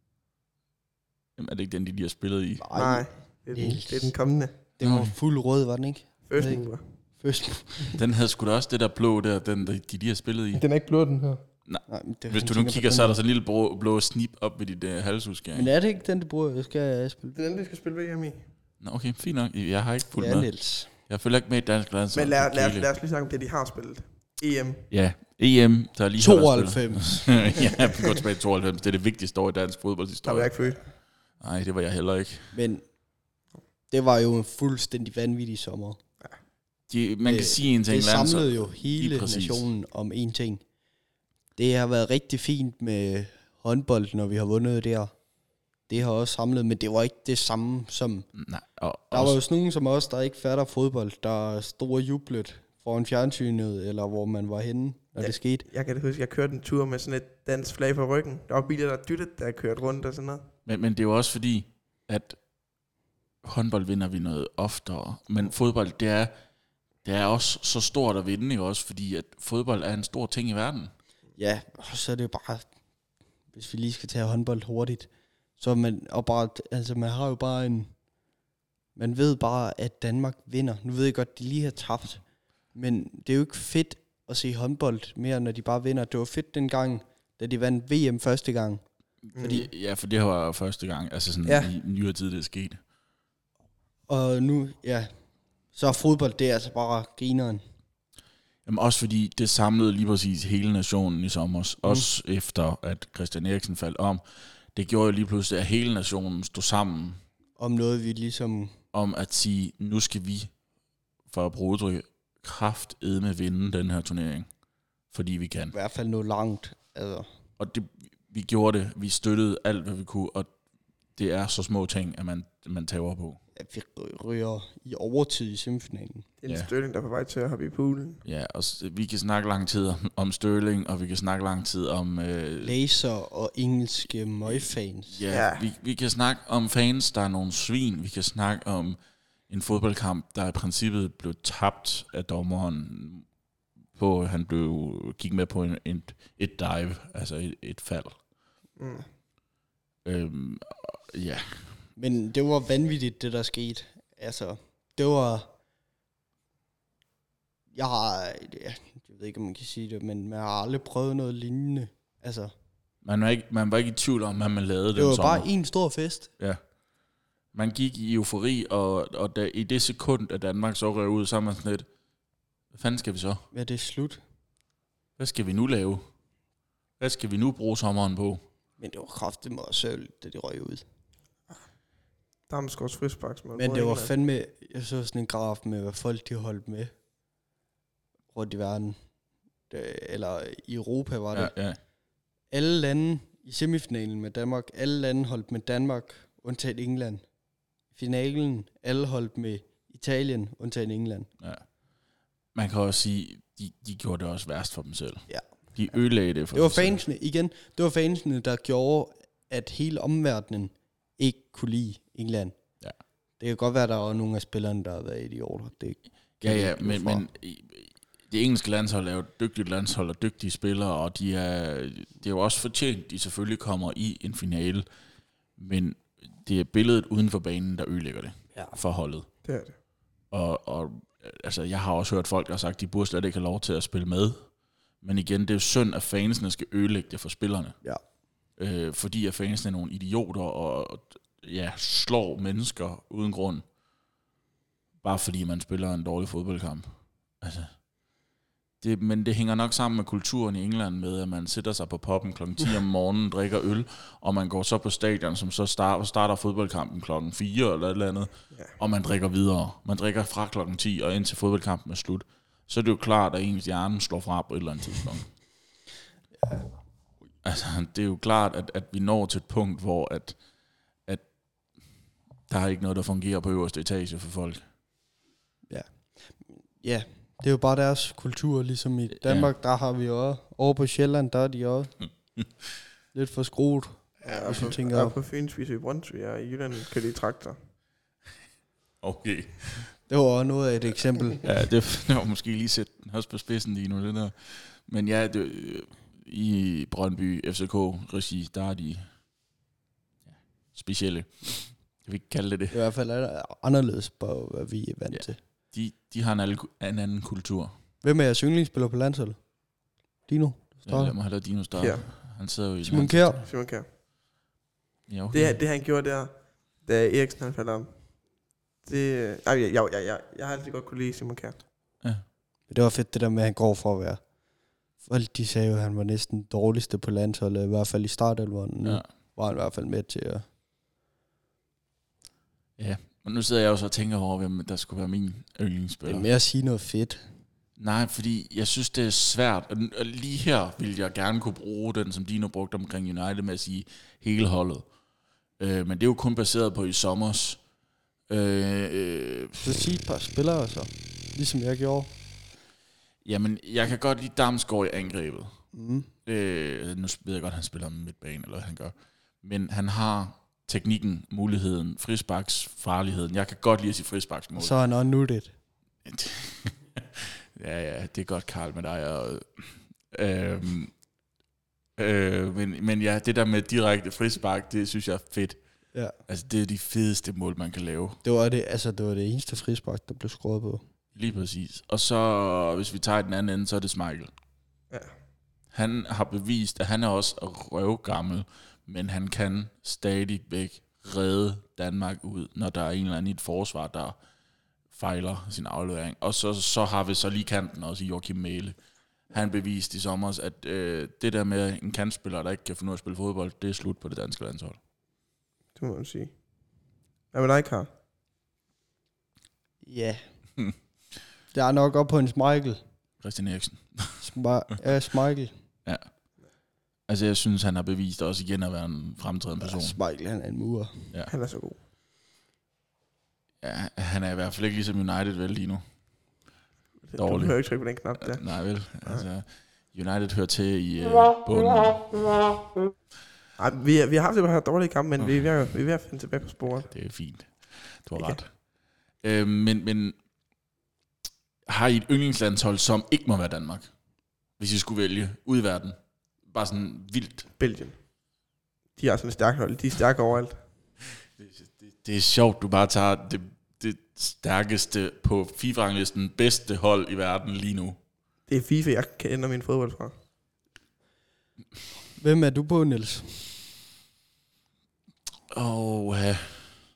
Jamen, er det ikke den, de lige har spillet i? Ej, Nej, det er, den, Niels. det er den kommende. det var fuld rød, var den ikke? First Nej. mover. Først. Den havde sgu da også det der blå der, den de, de lige har spillet i. Den er ikke blå, den her. Nej, men det, Hvis han du nu tænker kigger, på så er den der sådan en lille blå, blå snip op ved dit uh, halsudskæring. Men er det ikke den, du bruger? Jeg skal spille. Det er den, vi skal spille V M i. Nå, okay, fint nok. Jeg har ikke fulgt Ja, med. Niels. Jeg følger ikke med i dansk landshold. Men lad, Det er lad, lad kedeligt. os lige snakke om det, de har spillet. E M. Ja, E M, der lige har været tooghalvfems. spillet. Ja, vi går tilbage til tooghalvfems. Det er det vigtigste år i dansk Der fodboldshistorie. var jeg ikke født. Nej, det var jeg heller ikke. Men det var jo en fuldstændig vanvittig sommer. De, man kan Det- sige en ting. Det samlede landshold- jo hele Lige præcis. nationen om én ting. Det har været rigtig fint med håndbold, når vi har vundet der. Det har også samlet, men det var ikke det samme som... Nej, og, Der var også, jo sådan nogen som os, der ikke fatter fodbold, der stod og jublet foran fjernsynet, eller hvor man var henne, når Ja. det skete. Jeg kan da huske, jeg kørte en tur med sådan et dansk flag på ryggen. Der var biler, der dyttede, der kørte rundt og sådan noget. men, men det er jo også fordi, at håndbold vinder vi noget oftere. Men fodbold, det er, det er også så stort at vinde, ikke også? Fordi at fodbold er en stor ting i verden. Ja, og så er det jo bare, hvis vi lige skal tage håndbold hurtigt, så er man, og bare, altså man har jo bare en, man ved bare, at Danmark vinder. Nu ved jeg godt, de lige har tabt, men det er jo ikke fedt at se håndbold mere, når de bare vinder. Det var fedt dengang, da de vandt V M første gang. Fordi, ja, for det var første gang, altså sådan Ja. ja. i nyere tid, det er sket. Og nu, ja, så er fodbold, det er altså bare grineren. Jamen også fordi det samlede lige præcis hele nationen i sommer, mm. også efter at Christian Eriksen faldt om. Det gjorde jo lige pludselig, at hele nationen stod sammen Om noget, vi ligesom, om at sige, nu skal vi, for at bruge udtryk, kraftedme vinde den her turnering. Fordi vi kan. i hvert fald nå langt. Altså, Og det, vi gjorde det. Vi støttede alt, hvad vi kunne. Og det er så små ting, at man, man tager på. at vi ryger i overtid i semifinalen. Det er en Ja. Sterling, der er på vej til at hoppe i poolen. Ja, og s- vi kan snakke lang tid om, om Sterling, og vi kan snakke lang tid om... Øh, Laser og engelske møgfans. ja, Ja. ja. Vi, vi kan snakke om fans, der er nogle svin. Vi kan snakke om en fodboldkamp, der i princippet blev tabt af dommeren, på han blev gik med på en, en, et dive, altså et, et fald. Mm. Øhm, ja, Men det var vanvittigt, det der skete. Altså, det var... Jeg har... Ja, jeg ved ikke, om man kan sige det, men man har aldrig prøvet noget lignende. Altså, man var, ikke, man var ikke i tvivl om, hvad man lavede det den var sommer. bare en stor fest. Ja. Man gik i eufori, og, og da, i det sekund, at Danmark så røg ud, så var man sådan lidt, hvad fanden skal vi så? Ja, det er slut. Hvad skal vi nu lave? Hvad skal vi nu bruge sommeren på? Men det var kraftigt og sørgeligt, da de røg ud. Damsgaards frisparksmål. Men på det var England. fandme... Jeg så sådan en graf med, hvad folk de holdt med rundt i verden. Det, eller i Europa var det. Ja, ja. Alle lande i semifinalen med Danmark, alle lande holdt med Danmark, undtagen England. Finalen, alle holdt med Italien, undtagen England. Ja. Man kan også sige, de, de gjorde det også værst for dem selv. Ja. De ødelagde det for Det var sig selv. fansene, igen, det var fansene, der gjorde, at hele omverdenen ikke kunne lide England. Ja. Det kan godt være, at der er nogle af spillerne, der har været idioter. Det kan Ja, vi ja, ikke gå men, fra. men i- det engelske landshold er jo et dygtigt landshold og dygtige spillere, og de er, det er jo også fortjent, de selvfølgelig kommer i en finale, men det er billedet uden for banen, der ødelægger det Ja. for holdet. Det er det. Og, og altså, jeg har også hørt folk, der har sagt, at de burde slet ikke have lov til at spille med. Men igen, det er jo synd, at fansene skal ødelægge det for spillerne. Ja. Øh, fordi at fansene er nogle idioter og, og ja, slår mennesker uden grund. Bare fordi man spiller en dårlig fodboldkamp. Altså, det, men det hænger nok sammen med kulturen i England med, at man sætter sig på poppen klokken ti om morgenen, drikker øl, og man går så på stadion, som så starter, starter fodboldkampen klokken fire eller et eller andet, Ja. og man drikker videre. Man drikker fra klokken ti og indtil fodboldkampen er slut. Så er det jo klart, at ens hjerne slår fra på et eller andet tidspunkt. Altså, det er jo klart, at, at vi når til et punkt, hvor at, at der er ikke noget, der fungerer på øverste etage for folk. Ja, det er jo bare deres kultur, ligesom i Danmark, ja. Der har vi jo også. Over på Sjælland, der er de også lidt for skruet. Ja, og på, tænker, og på Fyn spiser vi Brøndby, og i Jylland kan de traktor. Okay. Det var også noget af et eksempel. Ja, det, det var måske lige sætte den også på spidsen lige nu, det der. Men ja, det, i Brøndby F C K-regi, der er de ja, specielle. Jeg vil ikke kalde det det. I hvert fald er det anderledes på, hvad vi er vant ja. til. De, de har en, al- en anden kultur. Hvem er jeres yndlingsspiller på landsholdet? Dino? Ja, lad mig have Dino starte. Ja. Han sidder jo i Simon Kjær. Simon Kjær. Ja, okay. det, det han gjorde der, da Eriksen han faldt om. Det, jeg, jeg, jeg, jeg, jeg har altid godt kunne lide Simon Kjær. Ja. Det var fedt det der med, at han går for at være. Folk de sagde jo, at han var næsten den dårligste på landsholdet, i hvert fald i startelveren. Nu ja. var han i hvert fald med til at... Ja, men nu sidder jeg også og tænker over, hvem der skulle være min yndlingsspiller. Det er mere at sige noget fedt. Nej, fordi jeg synes, det er svært. Og lige her vil jeg gerne kunne bruge den, som Dino brugte omkring United, med at sige hele holdet. Øh, men det er jo kun baseret på i sommers. Øh, øh, så sig et par spillere så, ligesom jeg gjorde. Jamen, jeg kan godt lide Damsgaard i angrebet. Mm. Øh, nu ved jeg godt, at han spiller med midtbane, eller hvad han gør. Men han har teknikken, muligheden, frisparks farligheden. Jeg kan godt lide at sige frisparks mål. Så er han også nuttet. Ja, ja, det er godt, Karl, med dig. Og, øh, øh, men, men ja, det der med direkte frispark, det synes jeg er fedt. Ja. Altså, det er de fedeste mål, man kan lave. Det var det, altså, det var det eneste frispark, der blev skåret på. Lige præcis. Og så, hvis vi tager den anden ende, så er det Schmeichel. Ja. Han har bevist, at han er også røvgammel, men han kan stadigvæk redde Danmark ud, når der er en eller anden i et forsvar, der fejler sin aflevering. Og så, så har vi så lige kanten også i Joachim Mæhle. Han beviste i sommer, at øh, det der med en kantspiller, der ikke kan finde ud af at spille fodbold, det er slut på det danske landshold. Det må man sige. Hvad med dig, Karl? Ja. Yeah. Det er nok op på en Schmeichel. Christian Eriksen. Sma- ja, Schmeichel. Ja. Altså, jeg synes, han har bevist også igen at være en fremtrædende person. Ja, Schmeichel, han er en mur. Ja. Han er så god. Ja, han er i hvert fald ikke ligesom United vel lige nu. Dårlig. Du hører ikke trykke på den knap der. Nej vel, altså United hører til i uh, bunden. Ej, vi, vi har haft det på her dårlige kamp, men okay. vi, er ved, vi er ved at finde tilbage på sporet. Det er fint. Du har okay. ret. Øh, men, men har I et yndlingslandshold, som ikke må være Danmark? Hvis I skulle vælge ud i verden. Bare sådan vildt. Belgien. De har sådan et stærkt hold. De er stærke overalt. Det, det, det er sjovt, du bare tager det, det stærkeste på FIFA-ranglisten, bedste hold i verden lige nu. Det er FIFA, jeg kan ændre min fodbold fra. Hvem er du på, Niels? Åh, oh, ja.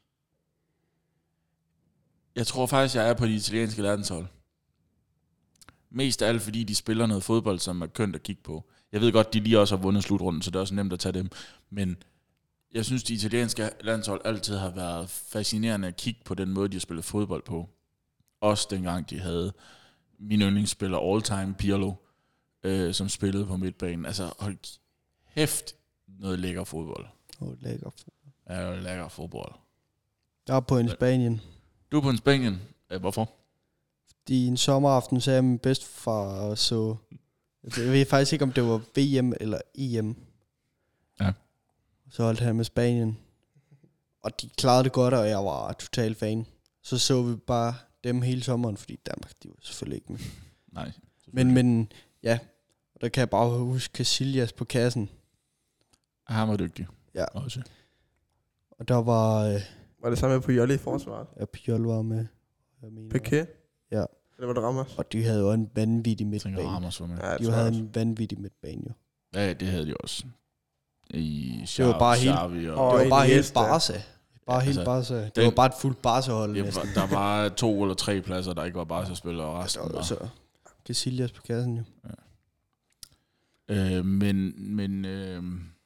Jeg tror faktisk, jeg er på de italienske landshold. Mest af alt, fordi de spiller noget fodbold, som er kønt at kigge på. Jeg ved godt, de lige også har vundet slutrunden, så det er også nemt at tage dem. Men jeg synes, de italienske landshold altid har været fascinerende at kigge på den måde, de har spillet fodbold på. Også dengang, de havde min yndlingsspiller all-time, Pirlo, øh, som spillede på midtbanen. Altså, hold kæft, noget lækker fodbold. Åh, oh, lækker fodbold. Ja, lækker fodbold. Jeg er på en Spanien. Du er på en Spanien? Hvorfor? Fordi en sommeraften sagde min bedstefar så... Jeg ved faktisk ikke, om det var V M eller E M. Ja. Så holdt han med Spanien. Og de klarede det godt, og jeg var total fan. Så så vi bare dem hele sommeren, fordi Danmark, de var selvfølgelig ikke med. Nej. Men, men ja, og der kan jeg bare huske Casillas på kassen. Han var dygtig. Ja. Også. Og der var... Øh, var det samme med Puyol i forsvaret? Ja, Puyol var med. Piqué? Ja. Eller var det Ramos? Og de havde jo en vanvittig midtbane. Ramos var med. Ja, de havde også en vanvittig midtbane, jo. Ja, det havde de også. I Xavi, det var bare helt, og, det var bare helt Barca. Bare ja, helt altså, Barca. Det den, var bare et fuldt Barca-hold. Det var, der var to eller tre pladser, der ikke var Barca-spillere, og resten ja, var... Så Casillas på kassen, jo. Ja. Øh, men men øh,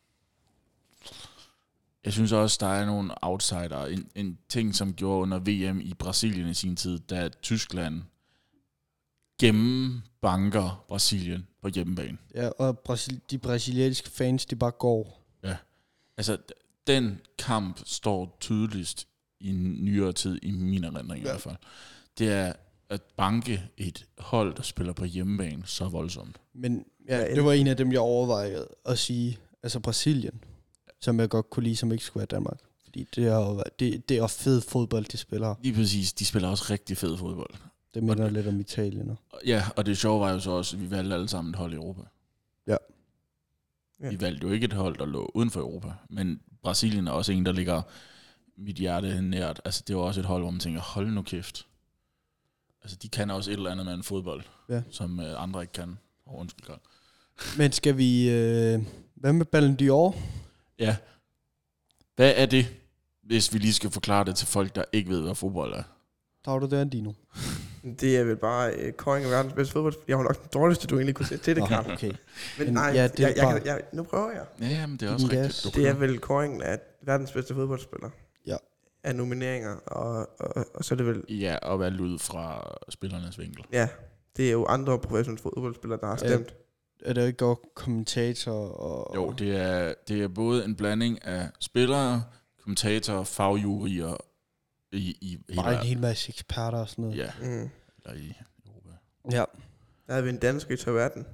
jeg synes også, der er nogle outsider. En, en ting, som gjorde under V M i Brasilien i sin tid, da Tyskland gennembanker Brasilien på hjemmebane. Ja, og Brasil- de brasilianske fans, de bare går. Ja, altså den kamp står tydeligst i nyere tid, i min erindring ja. i hvert fald. Det er, at banke et hold, der spiller på hjemmebane, så voldsomt. Men ja, det var en af dem, jeg overvejede at sige, altså Brasilien, som jeg godt kunne lide, som ikke skulle være Danmark. Fordi det er jo det, det er fed fodbold, de spiller. Lige præcis, de spiller også rigtig fed fodbold. Det minder lidt om Italien nu. Ja, og det sjove var jo så også, at vi valgte alle sammen et hold i Europa. Ja. Ja. Vi valgte jo ikke et hold, der lå uden for Europa, men Brasilien er også en, der ligger mit hjerte nært. Altså, det var også et hold, hvor man tænker, hold nu kæft. Altså, de kan også et eller andet med en fodbold, ja. som øh, andre ikke kan. Oh, undskyld, Carl. Men skal vi... Øh, hvad med Ballon d'Or? Ja. Hvad er det, hvis vi lige skal forklare det til folk, der ikke ved, hvad fodbold er? Tager du det, Andino? Det er vel bare øh, kåring af verdens bedste fodbold. Jeg var nok den dårligste, du egentlig kunne sætte til det, Karl. Okay. Men nej, ja, det jeg, jeg, bare... jeg, jeg, nu prøver jeg. Ja, ja, men det er også rigtigt. Det er vel kåringen af verdens bedste fodboldspiller. Ja. Af nomineringer, og, og, og så er det vel... Ja, og valgt ud fra spillernes vinkel. Ja, det er jo andre professionelle fodboldspillere, der har stemt. Er, er det ikke godt kommentatorer? Og... Jo, det er, det er både en blanding af spillere, kommentatorer, fagjurier, i, i bare en hel masse eksperter og sådan noget. Ja, mm. eller i Europa. Ja. Der havde vi en dansker i tørverden.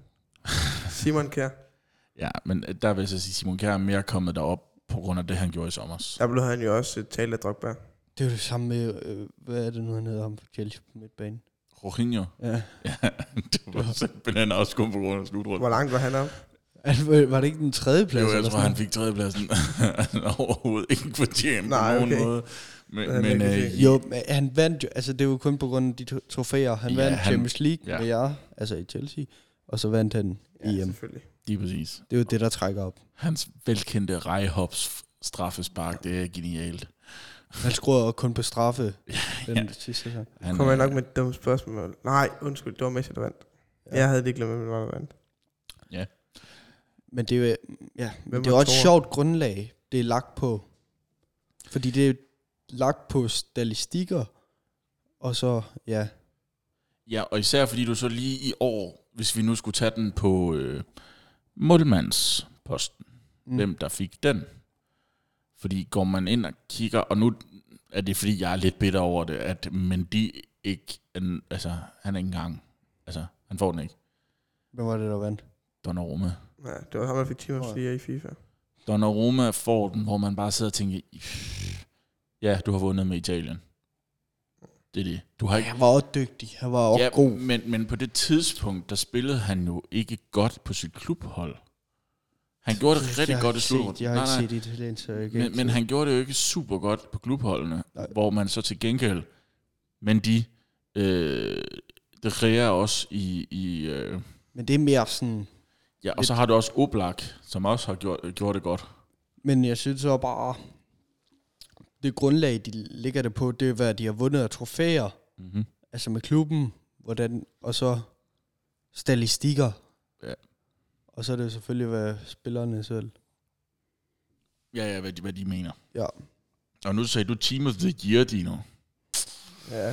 Simon Kjær. Ja, men der vil jeg så sige, Simon Kjær er mere kommet derop på grund af det, han gjorde i sommer. Der blev han jo også talt af Drogba. Det er jo det samme med, øh, hvad er det nu, han hedder ham for Chelsea på midtbanen? Jorginho? Ja. Ja, det var simpelthen også kun på grund af slutrunden. Hvor langt var han op? Var det ikke den tredje plads? Jo, jeg tror, han fik tredjepladsen. Overhovedet ikke fortjent på nogen okay. måde. Men, men øh, jo, han vandt jo, altså det er jo kun på grund af de to- trofæer. Han ja, vandt han, Champions League ja. med jer, altså i Chelsea, og så vandt han ja, E M. Selvfølgelig. Lige præcis. Det er jo det, der trækker op. Hans velkendte Rejhops straffespark, det er genialt. Han skruede kun på straffe den ja. sidste sæson. Kommer jeg nok med et dumt spørgsmål? Nej, undskyld, det var Messi, der vandt. Ja. Jeg havde det ikke glemt, hvem det var, der vandt. Ja. Men det er jo, ja, men det er også et sjovt grundlag, det er lagt på. Fordi det er lagt på statistikker, og så, ja. Ja, og især fordi du så lige i år, hvis vi nu skulle tage den på øh, målmandsposten, mm. hvem der fik den. Fordi går man ind og kigger, og nu er det fordi, jeg er lidt bitter over det, at Mendy ikke, en, altså han er ikke engang, altså han får den ikke. Hvem var det, der vandt? Donnarumma. Ja, det var ham, der fik Team of the Year i FIFA. Donnarumma får den, hvor man bare sidder og tænker, ja, du har vundet med Italien. Det er det. Du har ikke... Han var også dygtig, han var også ja, god. Men, men på det tidspunkt, der spillede han jo ikke godt på sit klubhold. Han gjorde det rigtig godt i slutrunden. Jeg har ikke set det italiensk, så jeg men, men han gjorde det jo ikke super godt på klubholdene, nej. Hvor man så til gengæld, men de, øh, det reger også i... i øh, men det er mere sådan... Ja, og så har du også Oblak, som også har gjort, gjort det godt. Men jeg synes så bare, det grundlag, de ligger det på, det er, hvad de har vundet af trofæer, mm-hmm. altså med klubben, hvordan, og så statistikker. Ja. Og så er det selvfølgelig, hvad spillerne selv. Ja, ja, hvad de, hvad de mener. Ja. Og nu sagde du Team of the Year, Dino. Ja.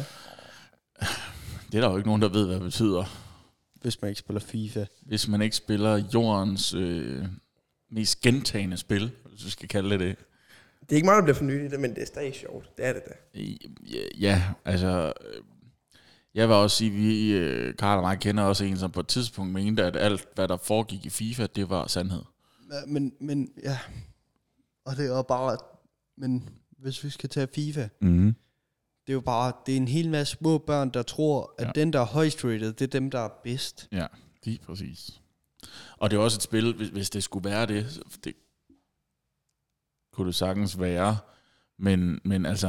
Det er der jo ikke nogen, der ved, hvad det betyder. Hvis man ikke spiller FIFA. Hvis man ikke spiller jordens øh, mest gentagende spil, hvis du skal kalde det det. Det er ikke meget, der bliver fornyet i det, men det er stadig sjovt. Det er det da. Ja, ja altså... Øh, jeg vil også sige, at vi, øh, Karl og mig, kender også en, som på et tidspunkt mente, at alt, hvad der foregik i FIFA, det var sandhed. Ja, men, men ja... Og det er jo bare... Men hvis vi skal tage FIFA... Mm-hmm. Det er jo bare, det er en hel masse små børn, der tror, at ja. den, der er højst rated, det er dem, der er bedst. Ja, lige præcis. Og det er også et spil, hvis, hvis det skulle være det, det kunne det sagtens være, men, men altså,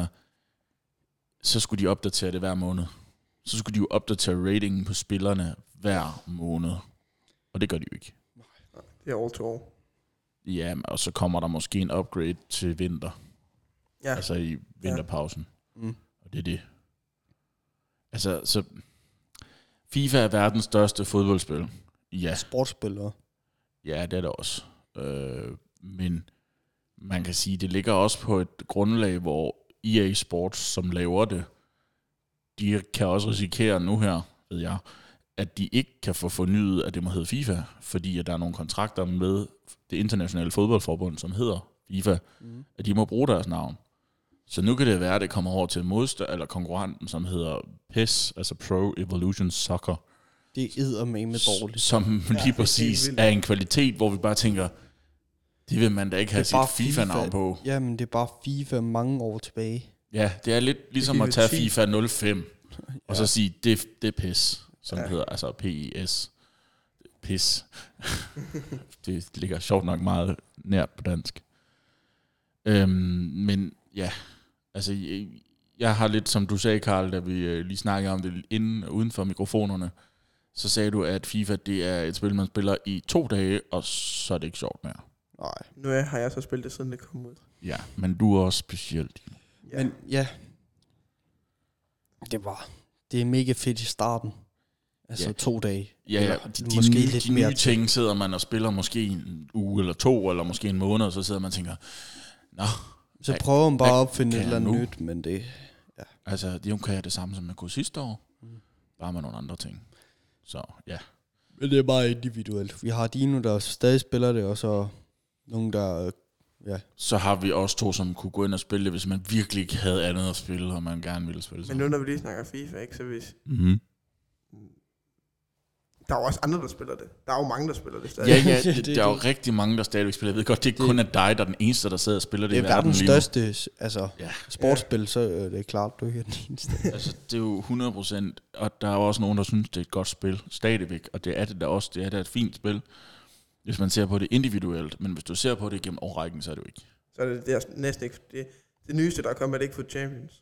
så skulle de opdatere det hver måned. Så skulle de jo opdatere ratingen på spillerne hver måned. Og det gør de jo ikke. Nej, det er all to all. Ja, og så kommer der måske en upgrade til vinter. Ja. Altså i vinterpausen. Ja. Mm. Og det er det. Altså, så FIFA er verdens største fodboldspil. Ja. Sportsspil, ja. Ja, det er det også. Øh, men man kan sige, det ligger også på et grundlag, hvor E A Sports, som laver det, de kan også risikere nu her, ved jeg, at de ikke kan få fornyet, at det må hedde FIFA, fordi at der er nogle kontrakter med det internationale fodboldforbund, som hedder FIFA, mm. at de må bruge deres navn. Så nu kan det være, at det kommer over til modstand eller konkurrenten, som hedder P E S, altså Pro Evolution Soccer. Det er eddermame dårligt. Som lige Ja, præcis er en kvalitet, hvor vi bare tænker, det vil man da ikke have sit FIFA-navn FIFA. på. Jamen, det er bare FIFA mange år tilbage. Ja, det er lidt ligesom at tage FIFA nul fem, og så sige, det, det er P E S, som ja. det hedder, altså P E S. P E S. Det ligger sjovt nok meget nært på dansk. Øhm, men ja, altså jeg, jeg har lidt, som du sagde, Karl, da vi øh, lige snakkede om det inden og uden for mikrofonerne, så sagde du, at FIFA, det er et spil, man spiller i to dage, og så er det ikke sjovt mere. Nej. Nu er, har jeg så spillet det, siden det kom ud. Ja, men du er også specielt. Ja. Men ja, det var, det er mega fedt i starten. Altså ja. to dage. Ja, ja. De, de, måske nye, lidt de mere nye ting sidder man og spiller måske en uge eller to, eller måske en måned, og så sidder man og tænker, nå. Så jeg, prøver man bare at opfinde et eller andet nyt, men det, ja. Altså, det kan jeg det samme, som man kunne sidste år. Mm. Bare med nogle andre ting. Så, ja. Men det er bare individuelt. Vi har Dino, der stadig spiller det, og så nogen, der... Ja. Så har vi også to, som kunne gå ind og spille det, hvis man virkelig ikke havde andet at spille, og man gerne ville spille. Men nu når vi lige snakker FIFA, ikke, så hvis... Mm-hmm. Der er jo også andre, der spiller det. Der er jo mange, der spiller det stadig. Ja, ja, det, det, der er jo rigtig mange, der stadigvæk spiller. Jeg ved godt, det er ikke kun er dig, der er den eneste, der sidder og spiller det, det i verden. Det er verdens største altså, ja. sportsspil, så øh, det er klart, du ikke er den eneste. Altså, det er jo hundrede procent, og der er også nogen, der synes, det er et godt spil stadigvæk, og det er det da også. Det er da et fint spil, hvis man ser på det individuelt, men hvis du ser på det gennem årrækken, så er det jo ikke. Så er det, det er næsten ikke... Det, det nyeste, der er kommet, er det ikke for Champions.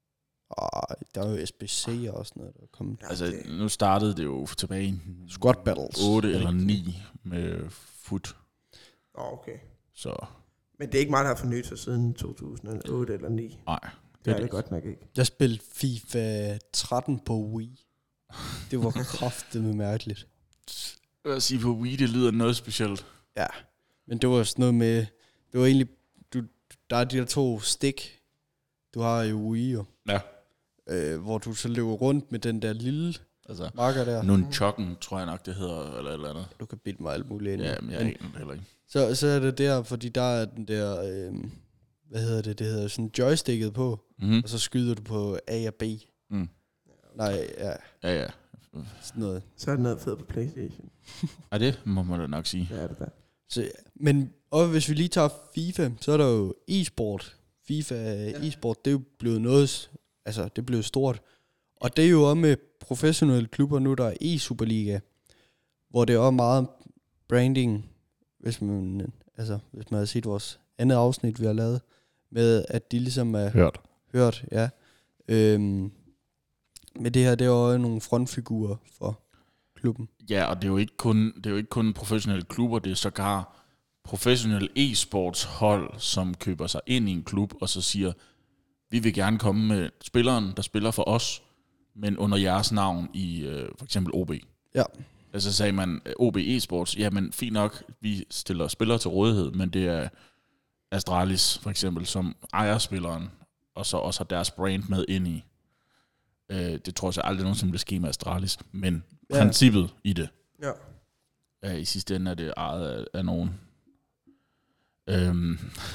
Ej, der er jo S B C og sådan noget, der er kommet. Altså, nu startede det jo tilbage i Squad Battles. otte eller ni med foot. Åh, oh, okay. Så. Men det er ikke meget, der har fornyet sig siden to tusind og otte eller ni. Nej. Det, det er det, det godt nok ikke. Jeg spillede FIFA tretten på Wii. Det var kraftedeme mærkeligt. Jeg vil sige, på Wii, det lyder noget specielt. Ja, men det var sådan noget med... Det var egentlig... Du, der er de der to stik, du har i Wii, jo. Ja. Øh, hvor du så løber rundt med den der lille altså, marker der. Nunchucken, tror jeg nok, det hedder, eller et eller andet. Du kan bilde mig alt muligt ind. Ja, men jeg aner det heller ikke. Så, så er det der, fordi der er den der... Øh, hvad hedder det? Det hedder sådan joysticket på, mm-hmm. og så skyder du på A og B. Mm. Nej, ja. Ja, ja. Sådan noget. Så er det noget fedt på PlayStation. Ja, det må man da nok sige. Ja, det der. Så, men og hvis vi lige tager FIFA, så er der jo e-sport. FIFA ja. e-sport, det er jo blevet noget, altså det er blevet stort. Og det er jo også med professionelle klubber nu, der er e-Superliga, hvor det er også meget branding, hvis man, altså, hvis man har set vores andet afsnit, vi har lavet, med at de ligesom er hørt, hørt ja. Øhm, men det her, det er jo nogle frontfigurer for klubben. Ja, og det er jo ikke kun, det er jo ikke kun professionelle klubber, det er sågar professionelle e-sportshold, som køber sig ind i en klub, og så siger, vi vil gerne komme med spilleren, der spiller for os, men under jeres navn i øh, for eksempel O B. Ja. Altså sagde man, O B e-sports, jamen fint nok, vi stiller spillere til rådighed, men det er Astralis for eksempel, som ejer spilleren, og så også har deres brand med ind i. Øh, det tror jeg aldrig nogensinde vil ske med Astralis, men ja. Princippet i det. Ja. Ja, i sidste ende er det ejet af, af nogen. Øhm.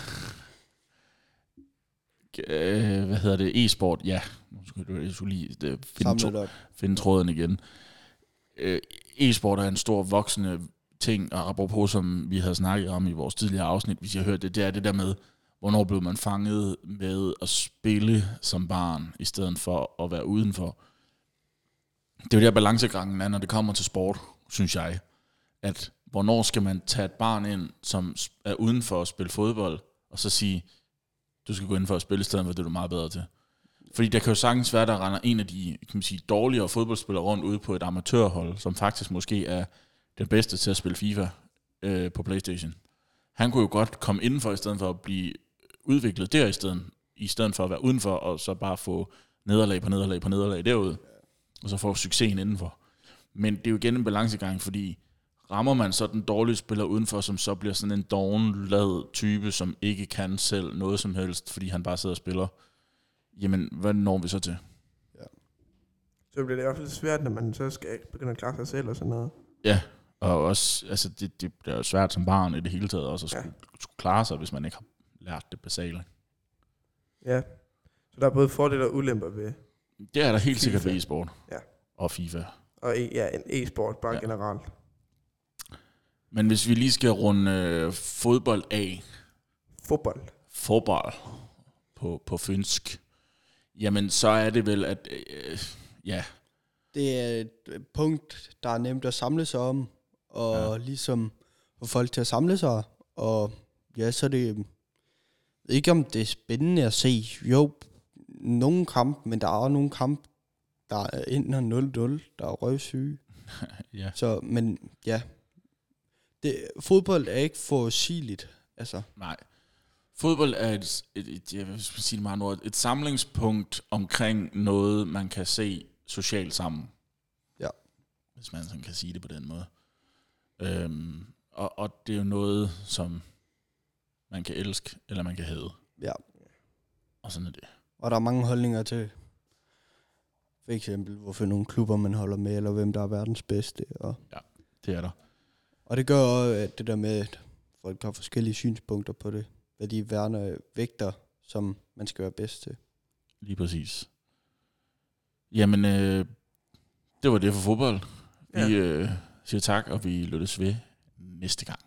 øh, hvad hedder det? E-sport, ja. Nu skal du, jeg skulle lige det, finde, tro, finde tråden igen. Øh, e-sport er en stor voksende ting, og apropos som vi havde snakket om i vores tidligere afsnit, hvis jeg hørte det, det er det der med, hvornår blev man fanget med at spille som barn, i stedet for at være udenfor. Det er jo der balancegangen er, når det kommer til sport, synes jeg, at hvornår skal man tage et barn ind, som er udenfor at spille fodbold, og så sige, du skal gå ind for at spille i stedet for, det er du meget bedre til. Fordi der kan jo sagtens være, der render en af de kan man sige, dårligere fodboldspillere rundt ude på et amatørhold, som faktisk måske er den bedste til at spille FIFA øh, på PlayStation. Han kunne jo godt komme indenfor, i stedet for at blive udviklet der i stedet, i stedet for at være udenfor, og så bare få nederlag på nederlag på nederlag derude, og så få succesen indenfor. Men det er jo igen en balancegang, fordi rammer man så den dårlige spiller udenfor, som så bliver sådan en doven-lad type, som ikke kan selv noget som helst, fordi han bare sidder og spiller, jamen, hvad når vi så til? Ja. Så bliver det i hvert fald svært, når man så skal begynde at klare sig selv og sådan noget. Ja, og også, altså det, det er jo svært som barn i det hele taget også at skulle, ja. skulle klare sig, hvis man ikke har lært det basale. Ja. Så der er både fordele og ulemper ved. Det er der helt FIFA. sikkert ved e-sport. Ja. Og FIFA. Og e- ja, en e-sport bare Ja. ja. generelt. Men hvis vi lige skal runde øh, fodbold af, Fodbold. fodbold på, på fynsk, jamen så er det vel, at øh, ja, Det er et punkt, der er nemt at samle sig om, og Ja. ja. ligesom få folk til at samle sig, og ja, så er det ikke om det er spændende at se. Jo, nogle kamp, men der er også nogle kamp, der er enten nul nul, der er røvsyge. ja. Så, men ja, det, fodbold er ikke forudsigeligt, altså. Nej. Fodbold er et, et, et, jeg vil sige det meget ord, et samlingspunkt omkring noget, man kan se socialt sammen. Ja. Hvis man sådan kan sige det på den måde. Øhm, og, og det er jo noget, som man kan elske, eller man kan hade. Ja. Og sådan er det. Og der er mange holdninger til, for eksempel, hvorfor nogle klubber man holder med, eller hvem der er verdens bedste. Og, Det er der. og det gør også, at det der med, at folk har forskellige synspunkter på det, hvad de værner vægter, som man skal være bedst til. Lige præcis. Jamen, øh, det var det for fodbold. Vi Ja. øh, siger tak, og vi lyttes ved næste gang.